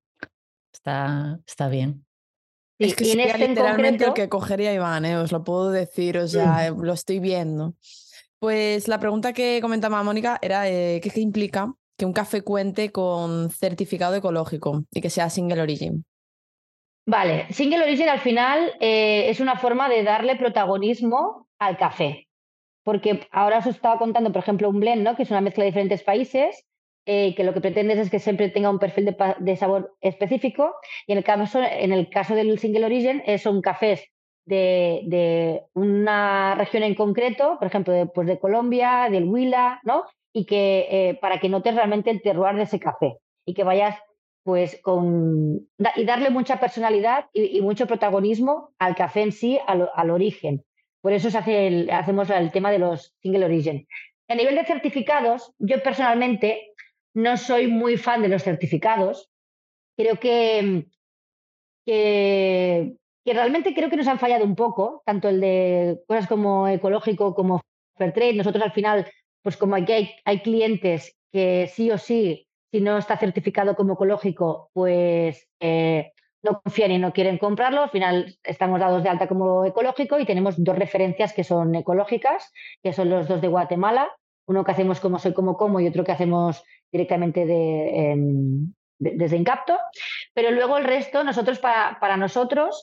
Está, está bien. Es Sí, que y en sería este en literalmente el concreto, que cogería Iván, ¿eh? Os lo puedo decir, o sea, eh, lo estoy viendo. Pues la pregunta que comentaba Mónica era eh, ¿qué, qué implica que un café cuente con certificado ecológico y que sea single origin? vale, Single Origin al final eh, es una forma de darle protagonismo al café. Porque ahora os estaba contando, por ejemplo, un blend, ¿no? Que es una mezcla de diferentes países, eh, que lo que pretendes es que siempre tenga un perfil de, de sabor específico. Y en el caso, en el caso del Single Origin, eh, son cafés de, de, una región en concreto, por ejemplo, de, pues de Colombia, del Huila, ¿no? Y que eh, para que notes realmente el terroir de ese café y que vayas pues con y darle mucha personalidad y, y mucho protagonismo al café en sí, al, al origen. Por eso se hace el, hacemos el tema de los single origin. A nivel de certificados, yo personalmente no soy muy fan de los certificados. Creo que, que, que realmente creo que nos han fallado un poco, tanto el de cosas como ecológico como fair trade. Nosotros al final, pues como aquí hay, hay clientes que sí o sí, si no está certificado como ecológico, pues eh, no confían y no quieren comprarlo. Al final estamos dados de alta como ecológico y tenemos dos referencias que son ecológicas, que son los dos de Guatemala. Uno que hacemos como soy, como como y otro que hacemos directamente de, en, de, desde Incapto. Pero luego el resto, nosotros para, para nosotros,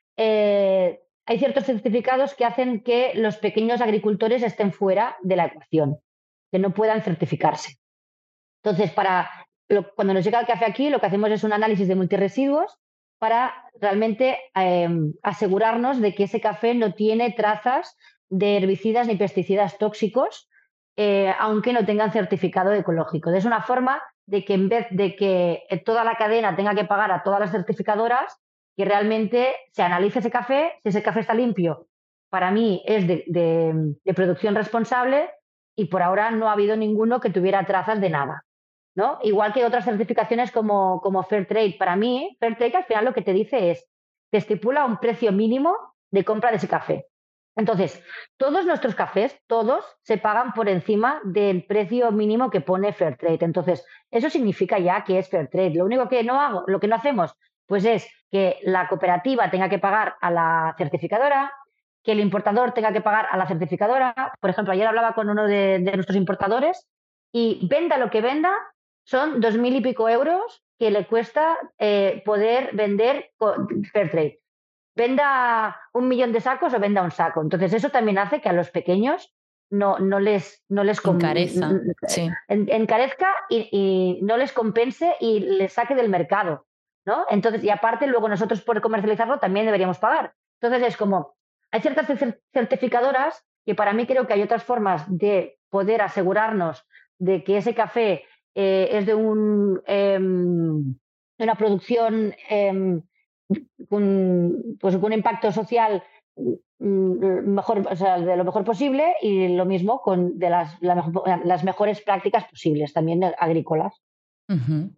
eh, hay ciertos certificados que hacen que los pequeños agricultores estén fuera de la ecuación, que no puedan certificarse. Entonces, para lo, cuando nos llega el café aquí, lo que hacemos es un análisis de multiresiduos para realmente eh, asegurarnos de que ese café no tiene trazas de herbicidas ni pesticidas tóxicos, eh, aunque no tengan certificado ecológico. Es una forma de que en vez de que toda la cadena tenga que pagar a todas las certificadoras, que realmente se analice ese café, si ese café está limpio, para mí es de, de, de producción responsable y por ahora no ha habido ninguno que tuviera trazas de nada, ¿no? Igual que otras certificaciones como, como Fair Trade. Para mí, Fair Trade al final lo que te dice es, te estipula un precio mínimo de compra de ese café. Entonces, todos nuestros cafés, todos, se pagan por encima del precio mínimo que pone Fair Trade. Entonces, eso significa ya que es Fair Trade. Lo único que no hago, lo que no hacemos, pues es que la cooperativa tenga que pagar a la certificadora, que el importador tenga que pagar a la certificadora. Por ejemplo, ayer hablaba con uno de, de nuestros importadores y venda lo que venda, son dos mil y pico euros que le cuesta eh, poder vender Fair Trade. Venda un millón de sacos o venda un saco. Entonces, eso también hace que a los pequeños no, no les, no les Encareza, sí. encarezca y, y no les compense y les saque del mercado, ¿no? Entonces, y aparte, luego nosotros por comercializarlo también deberíamos pagar. Entonces, es como, hay ciertas certificadoras que para mí creo que hay otras formas de poder asegurarnos de que ese café eh, es de un, eh, una producción eh, con, pues, con un impacto social mm, mejor, o sea, de lo mejor posible y lo mismo con de las, la mejor- las mejores prácticas posibles, también agrícolas. Ujú.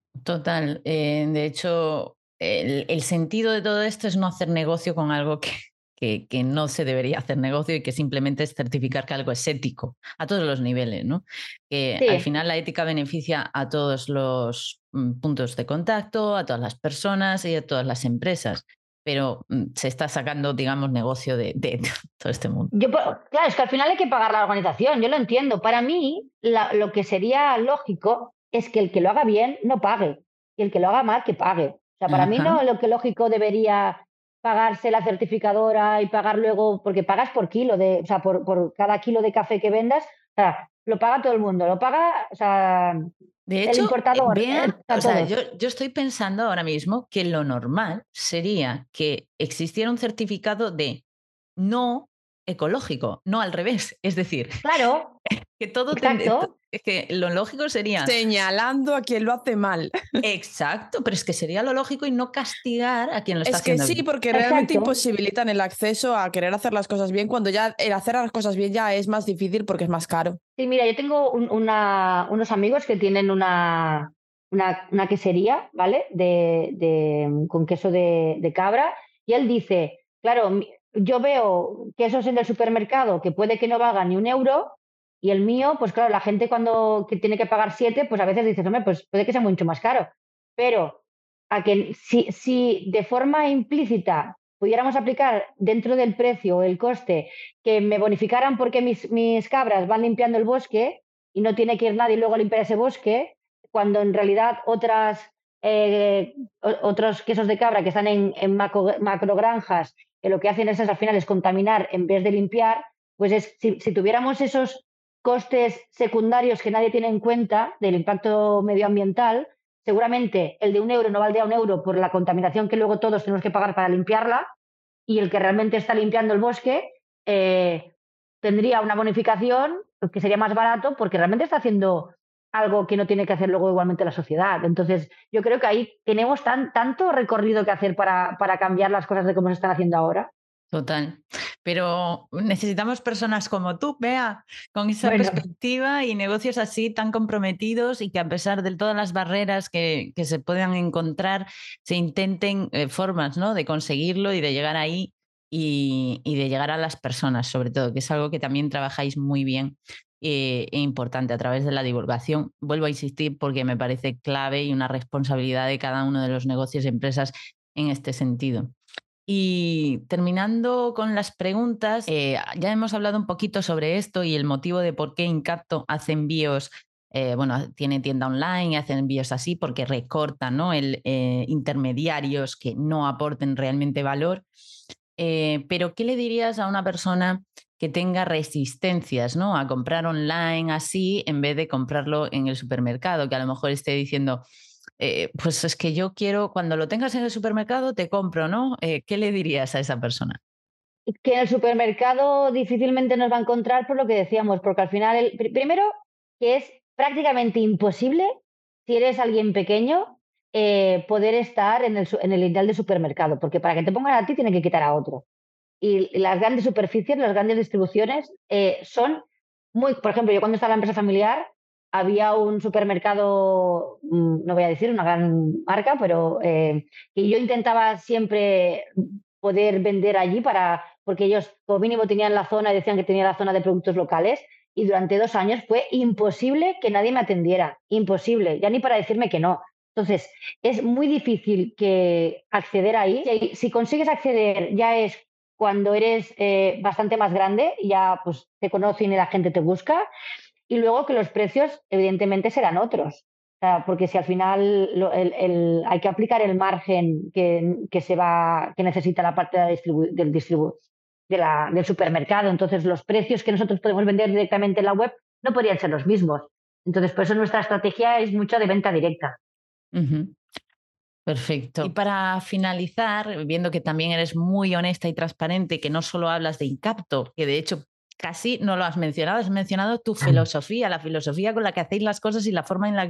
Total. Eh, de hecho, el, el sentido de todo esto es no hacer negocio con algo que, que, que no se debería hacer negocio y que simplemente es certificar que algo es ético a todos los niveles, ¿no? Que al Sí, final la ética beneficia a todos los mm, puntos de contacto, a todas las personas y a todas las empresas, pero mm, se está sacando, digamos, negocio de, de todo este mundo. yo, po- claro, es que al final hay que pagar la organización, yo lo entiendo. Para mí, la- lo que sería lógico es que el que lo haga bien no pague y el que lo haga mal que pague. O sea, para mí Ajá. no lo que lógico debería pagarse la certificadora y pagar luego, porque pagas por kilo de, o sea, por, por cada kilo de café que vendas, o sea, lo paga todo el mundo, lo paga, o sea, De el hecho, eh, importador, vea, eh, o a sea, todos. yo, yo estoy pensando ahora mismo que lo normal sería que existiera un certificado de no ecológico, no al revés. Es decir, Claro, que todo tende- t- exacto. es que lo lógico sería Señalando a quien lo hace mal. exacto, pero es que sería lo lógico y no castigar a quien lo está Es que haciendo sí, bien. porque realmente Exacto. imposibilitan el acceso a querer hacer las cosas bien cuando ya el hacer las cosas bien ya es más difícil porque es más caro. Sí, mira, yo tengo un- una- unos amigos que tienen una, una, una quesería, ¿vale? De, de- con queso de, de cabra. Y él dice, claro, mi- yo veo quesos en el supermercado que puede que no valgan ni un euro. Y el mío, pues claro, la gente cuando que tiene que pagar siete, pues a veces dices, hombre, pues puede que sea mucho más caro. Pero a que si, si de forma implícita pudiéramos aplicar dentro del precio o el coste que me bonificaran porque mis, mis cabras van limpiando el bosque y no tiene que ir nadie luego a limpiar ese bosque, cuando en realidad otras, eh, otros quesos de cabra que están en, en macro, macrogranjas, que lo que hacen es, al final es contaminar en vez de limpiar, pues es, si, si tuviéramos esos costes secundarios que nadie tiene en cuenta del impacto medioambiental, seguramente el de un euro no valdría un euro por la contaminación que luego todos tenemos que pagar para limpiarla, y el que realmente está limpiando el bosque eh, tendría una bonificación que sería más barato porque realmente está haciendo algo que no tiene que hacer luego igualmente la sociedad. Entonces, yo creo que ahí tenemos tan, tanto recorrido que hacer para, para cambiar las cosas de cómo se están haciendo ahora. Total. Pero necesitamos personas como tú, Bea, con esa Bueno, perspectiva y negocios así tan comprometidos y que a pesar de todas las barreras que, que se puedan encontrar, se intenten eh, formas, ¿no? De conseguirlo y de llegar ahí y, y de llegar a las personas, sobre todo, que es algo que también trabajáis muy bien eh, e importante a través de la divulgación. Vuelvo a insistir porque me parece clave y una responsabilidad de cada uno de los negocios y empresas en este sentido. Y terminando con las preguntas, eh, ya hemos hablado un poquito sobre esto y el motivo de por qué Incapto hace envíos, eh, bueno, tiene tienda online y hace envíos así porque recorta, ¿no? El, eh, intermediarios que no aporten realmente valor. Eh, pero, ¿qué le dirías a una persona que tenga resistencias, ¿no? A comprar online así en vez de comprarlo en el supermercado, que a lo mejor esté diciendo, eh, pues es que yo quiero, cuando lo tengas en el supermercado, te compro, ¿no? Eh, ¿qué le dirías a esa persona? que en el supermercado difícilmente nos va a encontrar por lo que decíamos, porque al final, el, pr- primero, que es prácticamente imposible, si eres alguien pequeño, eh, poder estar en el, su- en el lindal de supermercado, porque para que te pongan a ti tienen que quitar a otro. Y las grandes superficies, las grandes distribuciones, eh, son muy, por ejemplo, yo cuando estaba en la empresa familiar, había un supermercado, mm, no voy a decir una gran marca, pero eh, que yo intentaba siempre poder vender allí para, porque ellos como mínimo tenían la zona y decían que tenía la zona de productos locales, y durante dos años fue imposible que nadie me atendiera, imposible, ya ni para decirme que no. Entonces, es muy difícil que acceder ahí. Si, si consigues acceder, ya es cuando eres eh, bastante más grande, ya pues te conocen y la gente te busca, y luego que los precios evidentemente serán otros. O sea, porque si al final lo, el, el, hay que aplicar el margen que, que, se va, que necesita la parte de la distribu del, distribu de la, del supermercado, entonces los precios que nosotros podemos vender directamente en la web no podrían ser los mismos. Entonces, por eso nuestra estrategia es mucho de venta directa. Ujú. Perfecto. Y para finalizar, viendo que también eres muy honesta y transparente, que no solo hablas de Incapto, que de hecho casi no lo has mencionado, has mencionado tu filosofía, la filosofía con la que hacéis las cosas y la forma en la que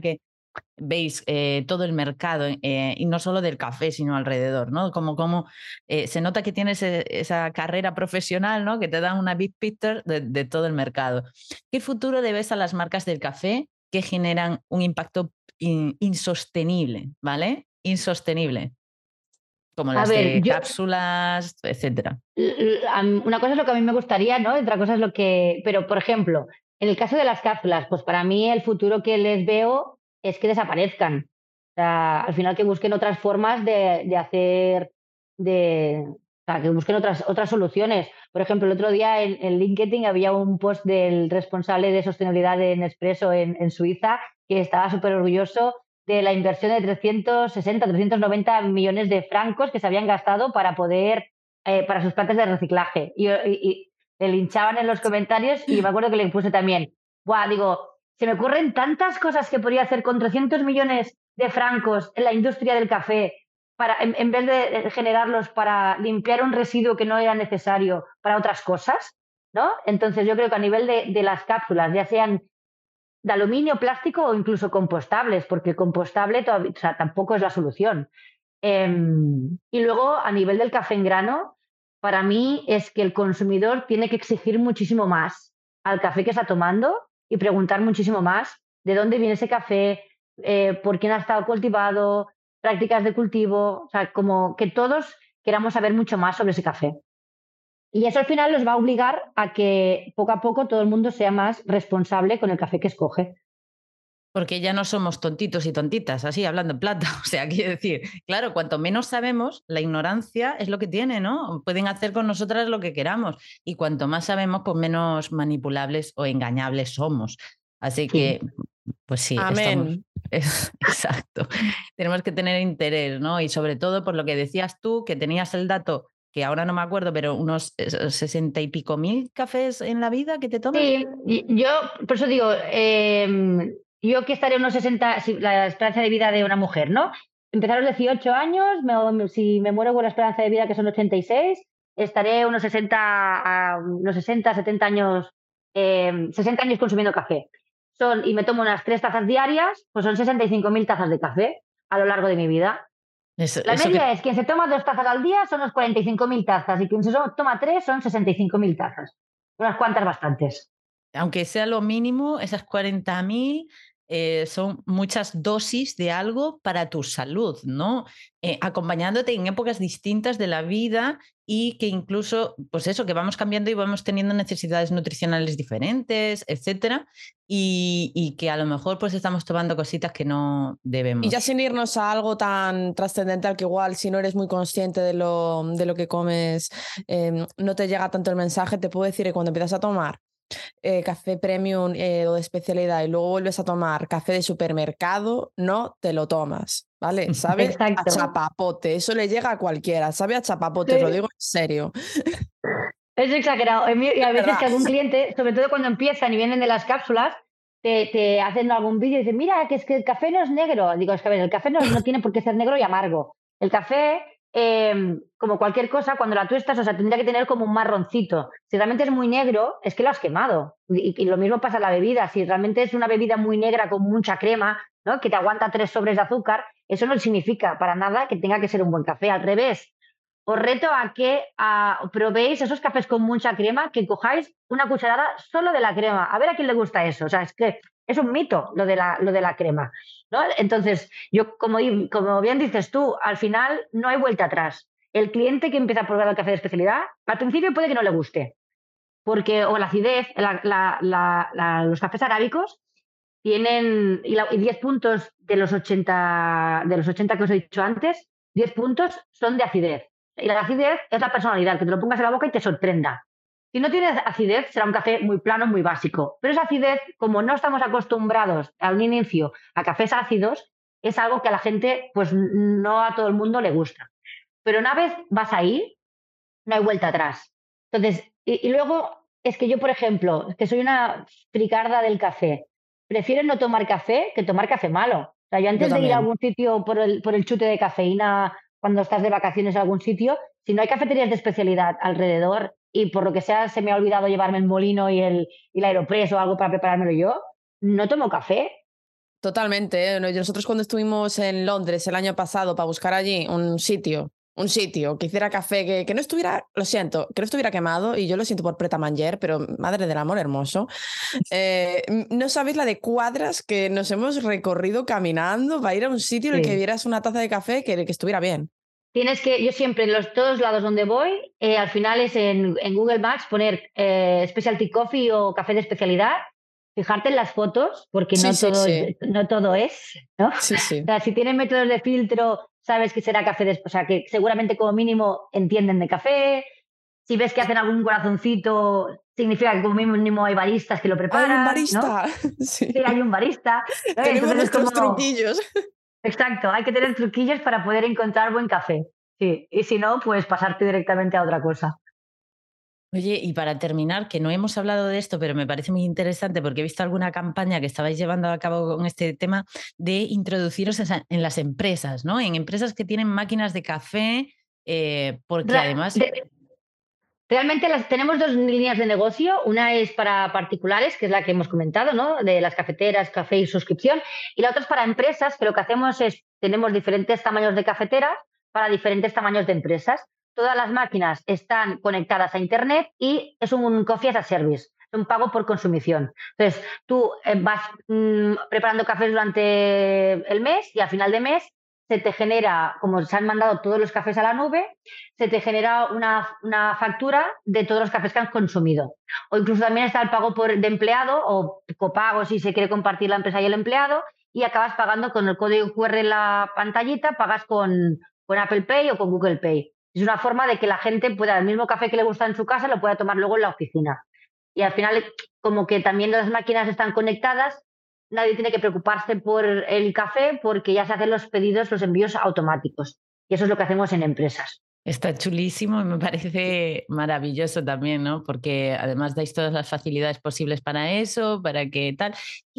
veis eh, todo el mercado, eh, y no solo del café, sino alrededor, ¿no? Como, como eh, se nota que tienes eh, esa carrera profesional, ¿no? Que te dan una big picture de, de todo el mercado. ¿Qué futuro le ves a las marcas del café que generan un impacto in- insostenible, ¿vale? Insostenible, como A las ver, de yo, cápsulas, etcétera. l- a mí- una cosa es lo que a mí me gustaría, ¿no? Otra cosa es lo que, pero por ejemplo, en el caso de las cápsulas, pues para mí el futuro que les veo es que desaparezcan. O sea, al final que busquen otras formas de, de hacer, de, o sea, que busquen otras, otras soluciones. Por ejemplo, el otro día en, en LinkedIn había un post del responsable de sostenibilidad de Nespresso en, en Suiza que estaba súper orgulloso de la inversión de trescientos sesenta, trescientos noventa millones de francos que se habían gastado para poder eh, para sus plantas de reciclaje. Y, y, y le linchaban en los comentarios y me acuerdo que le puse también, Buah, digo, se me ocurren tantas cosas que podría hacer con trescientos millones de francos en la industria del café para, en, en vez de generarlos para limpiar un residuo que no era necesario para otras cosas, ¿no? Entonces yo creo que a nivel de, de las cápsulas, ya sean de aluminio, plástico o incluso compostables, porque el compostable todavía, o sea, tampoco es la solución. Eh, y luego, a nivel del café en grano, para mí es que el consumidor tiene que exigir muchísimo más al café que está tomando y preguntar muchísimo más de dónde viene ese café, eh, por quién ha estado cultivado, prácticas de cultivo, o sea, como que todos queramos saber mucho más sobre ese café. Y eso al final los va a obligar a que poco a poco todo el mundo sea más responsable con el café que escoge. Porque ya no somos tontitos y tontitas, así hablando en plata. O sea, quiero decir, claro, cuanto menos sabemos, la ignorancia es lo que tiene, ¿no? Pueden hacer con nosotras lo que queramos. Y cuanto más sabemos, pues menos manipulables o engañables somos. Así Sí. que, pues sí, estamos. Amén. Es- exacto. Tenemos que tener interés, ¿no? Y sobre todo por lo que decías tú, que tenías el dato, que ahora no me acuerdo, pero unos eh, sesenta y pico mil cafés en la vida que te tomas. Sí, y yo por eso digo, eh, yo que estaré unos sesenta, si la esperanza de vida de una mujer, ¿no? Empezar a los dieciocho años, me- si me muero con la esperanza de vida que son ochenta y seis, estaré unos sesenta, a unos sesenta, setenta años, eh, sesenta años consumiendo café. Son, y me tomo unas tres tazas diarias, pues son sesenta y cinco mil tazas de café a lo largo de mi vida. Eso, La eso que media es quien se toma dos tazas al día son unos cuarenta y cinco mil tazas y quien se toma tres son sesenta y cinco mil tazas. Unas cuantas bastantes. aunque sea lo mínimo, esas cuarenta mil eh, son muchas dosis de algo para tu salud, ¿no? Eh, acompañándote en épocas distintas de la vida y que incluso, pues eso, que vamos cambiando y vamos teniendo necesidades nutricionales diferentes, etcétera, y, y que a lo mejor pues estamos tomando cositas que no Y ya debemos. sin irnos a algo tan trascendental que igual si no eres muy consciente de lo, de lo que comes, eh, no te llega tanto el mensaje, te puedo decir que cuando empiezas a tomar eh, café premium eh, o de especialidad y luego vuelves a tomar café de supermercado, no te lo tomas, ¿vale? Sabe a Exacto. chapapote, eso le llega a cualquiera, sabe a chapapote, os lo Sí. digo en serio. Es exagerado. En mí- Y Es a veces verdad. que algún cliente, sobre todo cuando empiezan y vienen de las cápsulas, te, te hacen algún vídeo y dicen, mira, que es que el café no es negro. Digo, es que a ver, el café no, no tiene por qué ser negro y amargo. El café, eh, como cualquier cosa, cuando la tuestas, o sea, tendría que tener como un marroncito. Si realmente es muy negro, es que lo has quemado. Y, y lo mismo pasa en la bebida. Si realmente es una bebida muy negra con mucha crema, ¿no? Que te aguanta tres sobres de azúcar, eso no significa para nada que tenga que ser un buen café. Al revés, os reto a que a, probéis esos cafés con mucha crema, que cojáis una cucharada solo de la crema. A ver a quién le gusta eso. O sea, es que es un mito lo de la, lo de la crema, ¿no? Entonces, yo, como, como bien dices tú, al final no hay vuelta atrás. El cliente que empieza a probar el café de especialidad, al principio puede que no le guste, porque, o la acidez, la, la, la, la, los cafés arábicos tienen, y, la, y diez puntos de los, ochenta, de los ochenta que os he dicho antes, diez puntos son de acidez. Y la acidez es la personalidad, que te lo pongas en la boca y te sorprenda. Si no tienes acidez, será un café muy plano, muy básico. Pero esa acidez, como no estamos acostumbrados a un inicio a cafés ácidos, es algo que a la gente, pues no a todo el mundo le gusta. Pero una vez vas ahí, no hay vuelta atrás. Entonces, y, y luego es que yo, por ejemplo, que soy una fricarda del café, prefiero no tomar café que tomar café malo. O sea, yo Yo antes de ir a también. algún sitio por el, por el chute de cafeína, cuando estás de vacaciones a algún sitio, si no hay cafeterías de especialidad alrededor y por lo que sea se me ha olvidado llevarme el molino y el, y el Aeropress o algo para preparármelo yo, no tomo café. Totalmente. ¿eh? Nosotros cuando estuvimos en Londres el año pasado para buscar allí un sitio, un sitio que hiciera café, que, que no estuviera, lo siento, que no estuviera quemado, y yo lo siento por Pret a Manger, pero madre del amor hermoso, eh, no sabéis la de cuadras que nos hemos recorrido caminando para ir a un sitio en el que Sí. vieras una taza de café que, que estuviera bien. Tienes que, yo siempre en los todos lados donde voy, eh, al final es en, en Google Maps poner eh, specialty coffee o café de especialidad, fijarte en las fotos, porque Sí, no sí, todo, sí. no todo es, ¿no? Sí, sí. O sea, si tienen métodos de filtro, sabes que será café de, o sea, que seguramente como mínimo entienden de café. Si ves que hacen algún corazoncito, significa que como mínimo hay baristas que lo ¡Hay un preparan, ¿no? barista! Sí. Sí, hay un barista, ¿no? Tenemos Entonces es nuestros como, truquillos. exacto, hay que tener truquillos para poder encontrar buen café. Sí, y si no, pues pasarte directamente a otra cosa. Oye, y para terminar, que no hemos hablado de esto, pero me parece muy interesante porque he visto alguna campaña que estabais llevando a cabo con este tema de introduciros en, sa- en las empresas, ¿no? En empresas que tienen máquinas de café, eh, porque Ra- además, de- Realmente las, tenemos dos líneas de negocio. Una es para particulares, que es la que hemos comentado, ¿no? De las cafeteras, café y suscripción. Y la otra es para empresas, que lo que hacemos es, tenemos diferentes tamaños de cafeteras para diferentes tamaños de empresas. Todas las máquinas están conectadas a Internet y es un coffee as a service, un pago por consumición. Entonces, tú eh, vas mm, preparando cafés durante el mes y al final de mes se te genera, como se han mandado todos los cafés a la nube, se te genera una, una factura de todos los cafés que has consumido. O incluso también está el pago por, de empleado o copago si se quiere compartir la empresa y el empleado, y acabas pagando con el código cu erre en la pantallita, pagas con, con Apple Pay o con Google Pay. Es una forma de que la gente pueda, el mismo café que le gusta en su casa, lo pueda tomar luego en la oficina. Y al final, como que también las máquinas están conectadas, nadie tiene que preocuparse por el café porque ya se hacen los pedidos, los envíos automáticos. Y eso es lo que hacemos en empresas. está chulísimo y me parece maravilloso también, ¿no? Porque además dais todas las facilidades posibles para eso, para que tal.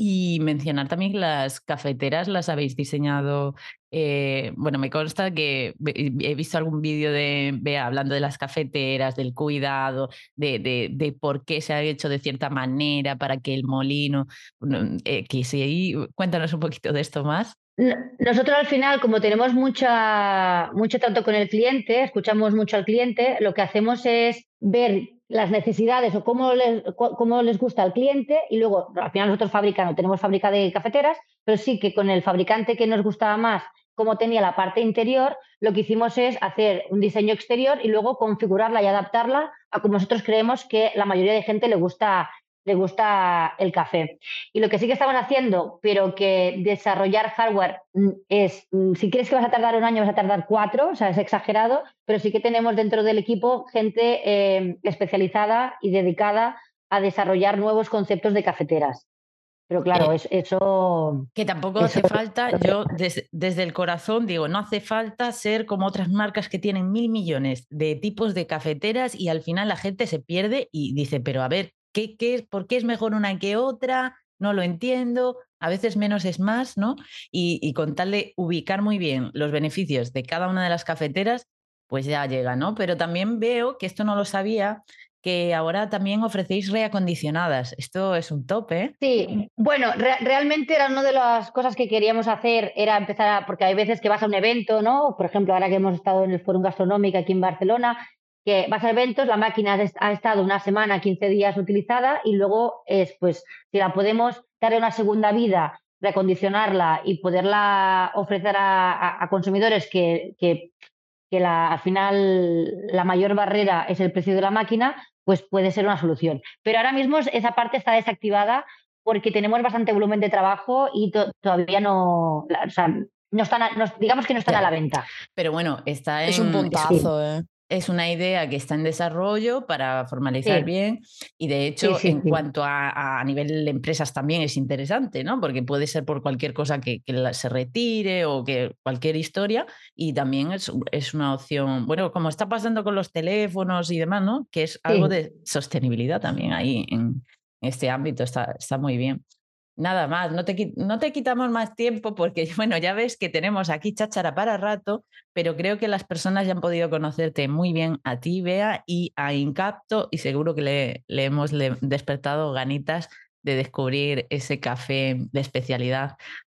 Y mencionar también que las cafeteras las habéis diseñado. Eh, bueno, me consta que ve- he visto algún vídeo de Bea hablando de las cafeteras, del cuidado, de, de, de por qué se ha hecho de cierta manera para que el molino. Bueno, eh, que sí, cuéntanos un poquito de esto más. Nosotros al final, como tenemos mucha, mucho trato con el cliente, escuchamos mucho al cliente, lo que hacemos es ver las necesidades o cómo les, cómo les gusta al cliente, y luego al final nosotros fabricamos, tenemos fábrica de cafeteras, pero sí que con el fabricante que nos gustaba más cómo tenía la parte interior, lo que hicimos es hacer un diseño exterior y luego configurarla y adaptarla a como nosotros creemos que la mayoría de gente le gusta, le gusta el café. Y lo que sí que estamos haciendo, pero que desarrollar hardware mm, es, mm, si crees que vas a tardar un año, vas a tardar cuatro, o sea, es exagerado, pero sí que tenemos dentro del equipo gente eh, especializada y dedicada a desarrollar nuevos conceptos de cafeteras. Pero claro, Eh, es, eso, Que tampoco eso hace falta, yo des- desde el corazón digo, no hace falta ser como otras marcas que tienen mil millones de tipos de cafeteras y al final la gente se pierde y dice, pero a ver, ¿qué, qué, es- ¿por qué es mejor una que otra? No lo entiendo. A veces menos es más, ¿no? Y, y con tal de ubicar muy bien los beneficios de cada una de las cafeteras, pues ya llega, ¿no? Pero también veo que esto no lo sabía, que ahora también ofrecéis reacondicionadas. Esto es un tope, ¿eh? sí, bueno, re realmente era una de las cosas que queríamos hacer, era empezar a, porque hay veces que vas a un evento, ¿no? Por ejemplo, ahora que hemos estado en el Fórum Gastronómico aquí en Barcelona, que vas a eventos, la máquina ha estado una semana, quince días utilizada, y luego es, pues, si la podemos darle una segunda vida, reacondicionarla y poderla ofrecer a, a, a consumidores que, que que la, al final la mayor barrera es el precio de la máquina, pues puede ser una solución. Pero ahora mismo esa parte está desactivada porque tenemos bastante volumen de trabajo y to todavía no, o sea, no están, a, no, digamos que no están a la Ya. venta. Pero bueno, está Es un en, es, Sí, puntazo, ¿eh? es una idea que está en desarrollo para formalizar sí, bien y de sí, hecho sí, en sí. cuanto a, a nivel de empresas también es interesante, ¿no? Porque puede ser por cualquier cosa que, que la- se retire o que cualquier historia y también es, es una opción, bueno, como está pasando con los teléfonos y demás, ¿no? Que es algo Sí. de sostenibilidad también ahí en este ámbito, está, está muy bien. Nada más, no te, qui- no te quitamos más tiempo porque, bueno, ya ves que tenemos aquí cháchara para rato, pero creo que las personas ya han podido conocerte muy bien a ti, Bea, y a Incapto, y seguro que le, le hemos le- despertado ganitas de descubrir ese café de especialidad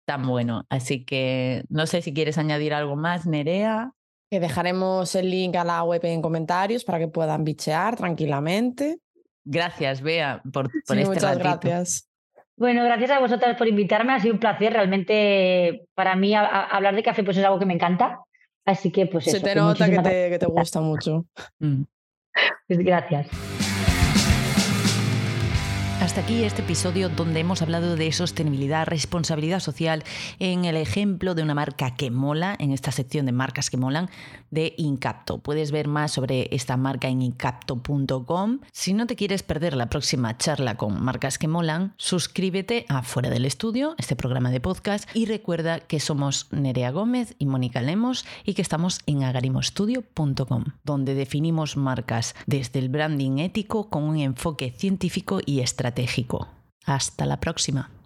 tan bueno. Así que no sé si quieres añadir algo más, Nerea. Que dejaremos el link a la web en comentarios para que puedan bichear tranquilamente. Gracias, Bea, por, por Sí, este muchas ratito. gracias. Bueno, gracias a vosotras por invitarme, ha sido un placer. Realmente para mí a, a hablar de café pues es algo que me encanta. Así que pues Se eso. te Que nota que muchísimas te, que te gusta mucho. Mm. Pues gracias. Hasta aquí este episodio donde hemos hablado de sostenibilidad, responsabilidad social en el ejemplo de una marca que mola, en esta sección de marcas que molan, de Incapto. Puedes ver más sobre esta marca en incapto punto com. Si no te quieres perder la próxima charla con marcas que molan, suscríbete a Fuera del Estudio, este programa de podcast, y recuerda que somos Nerea Gómez y Mónica Lemos y que estamos en agarimostudio punto com, donde definimos marcas desde el branding ético con un enfoque científico y estratégico. Hasta la próxima.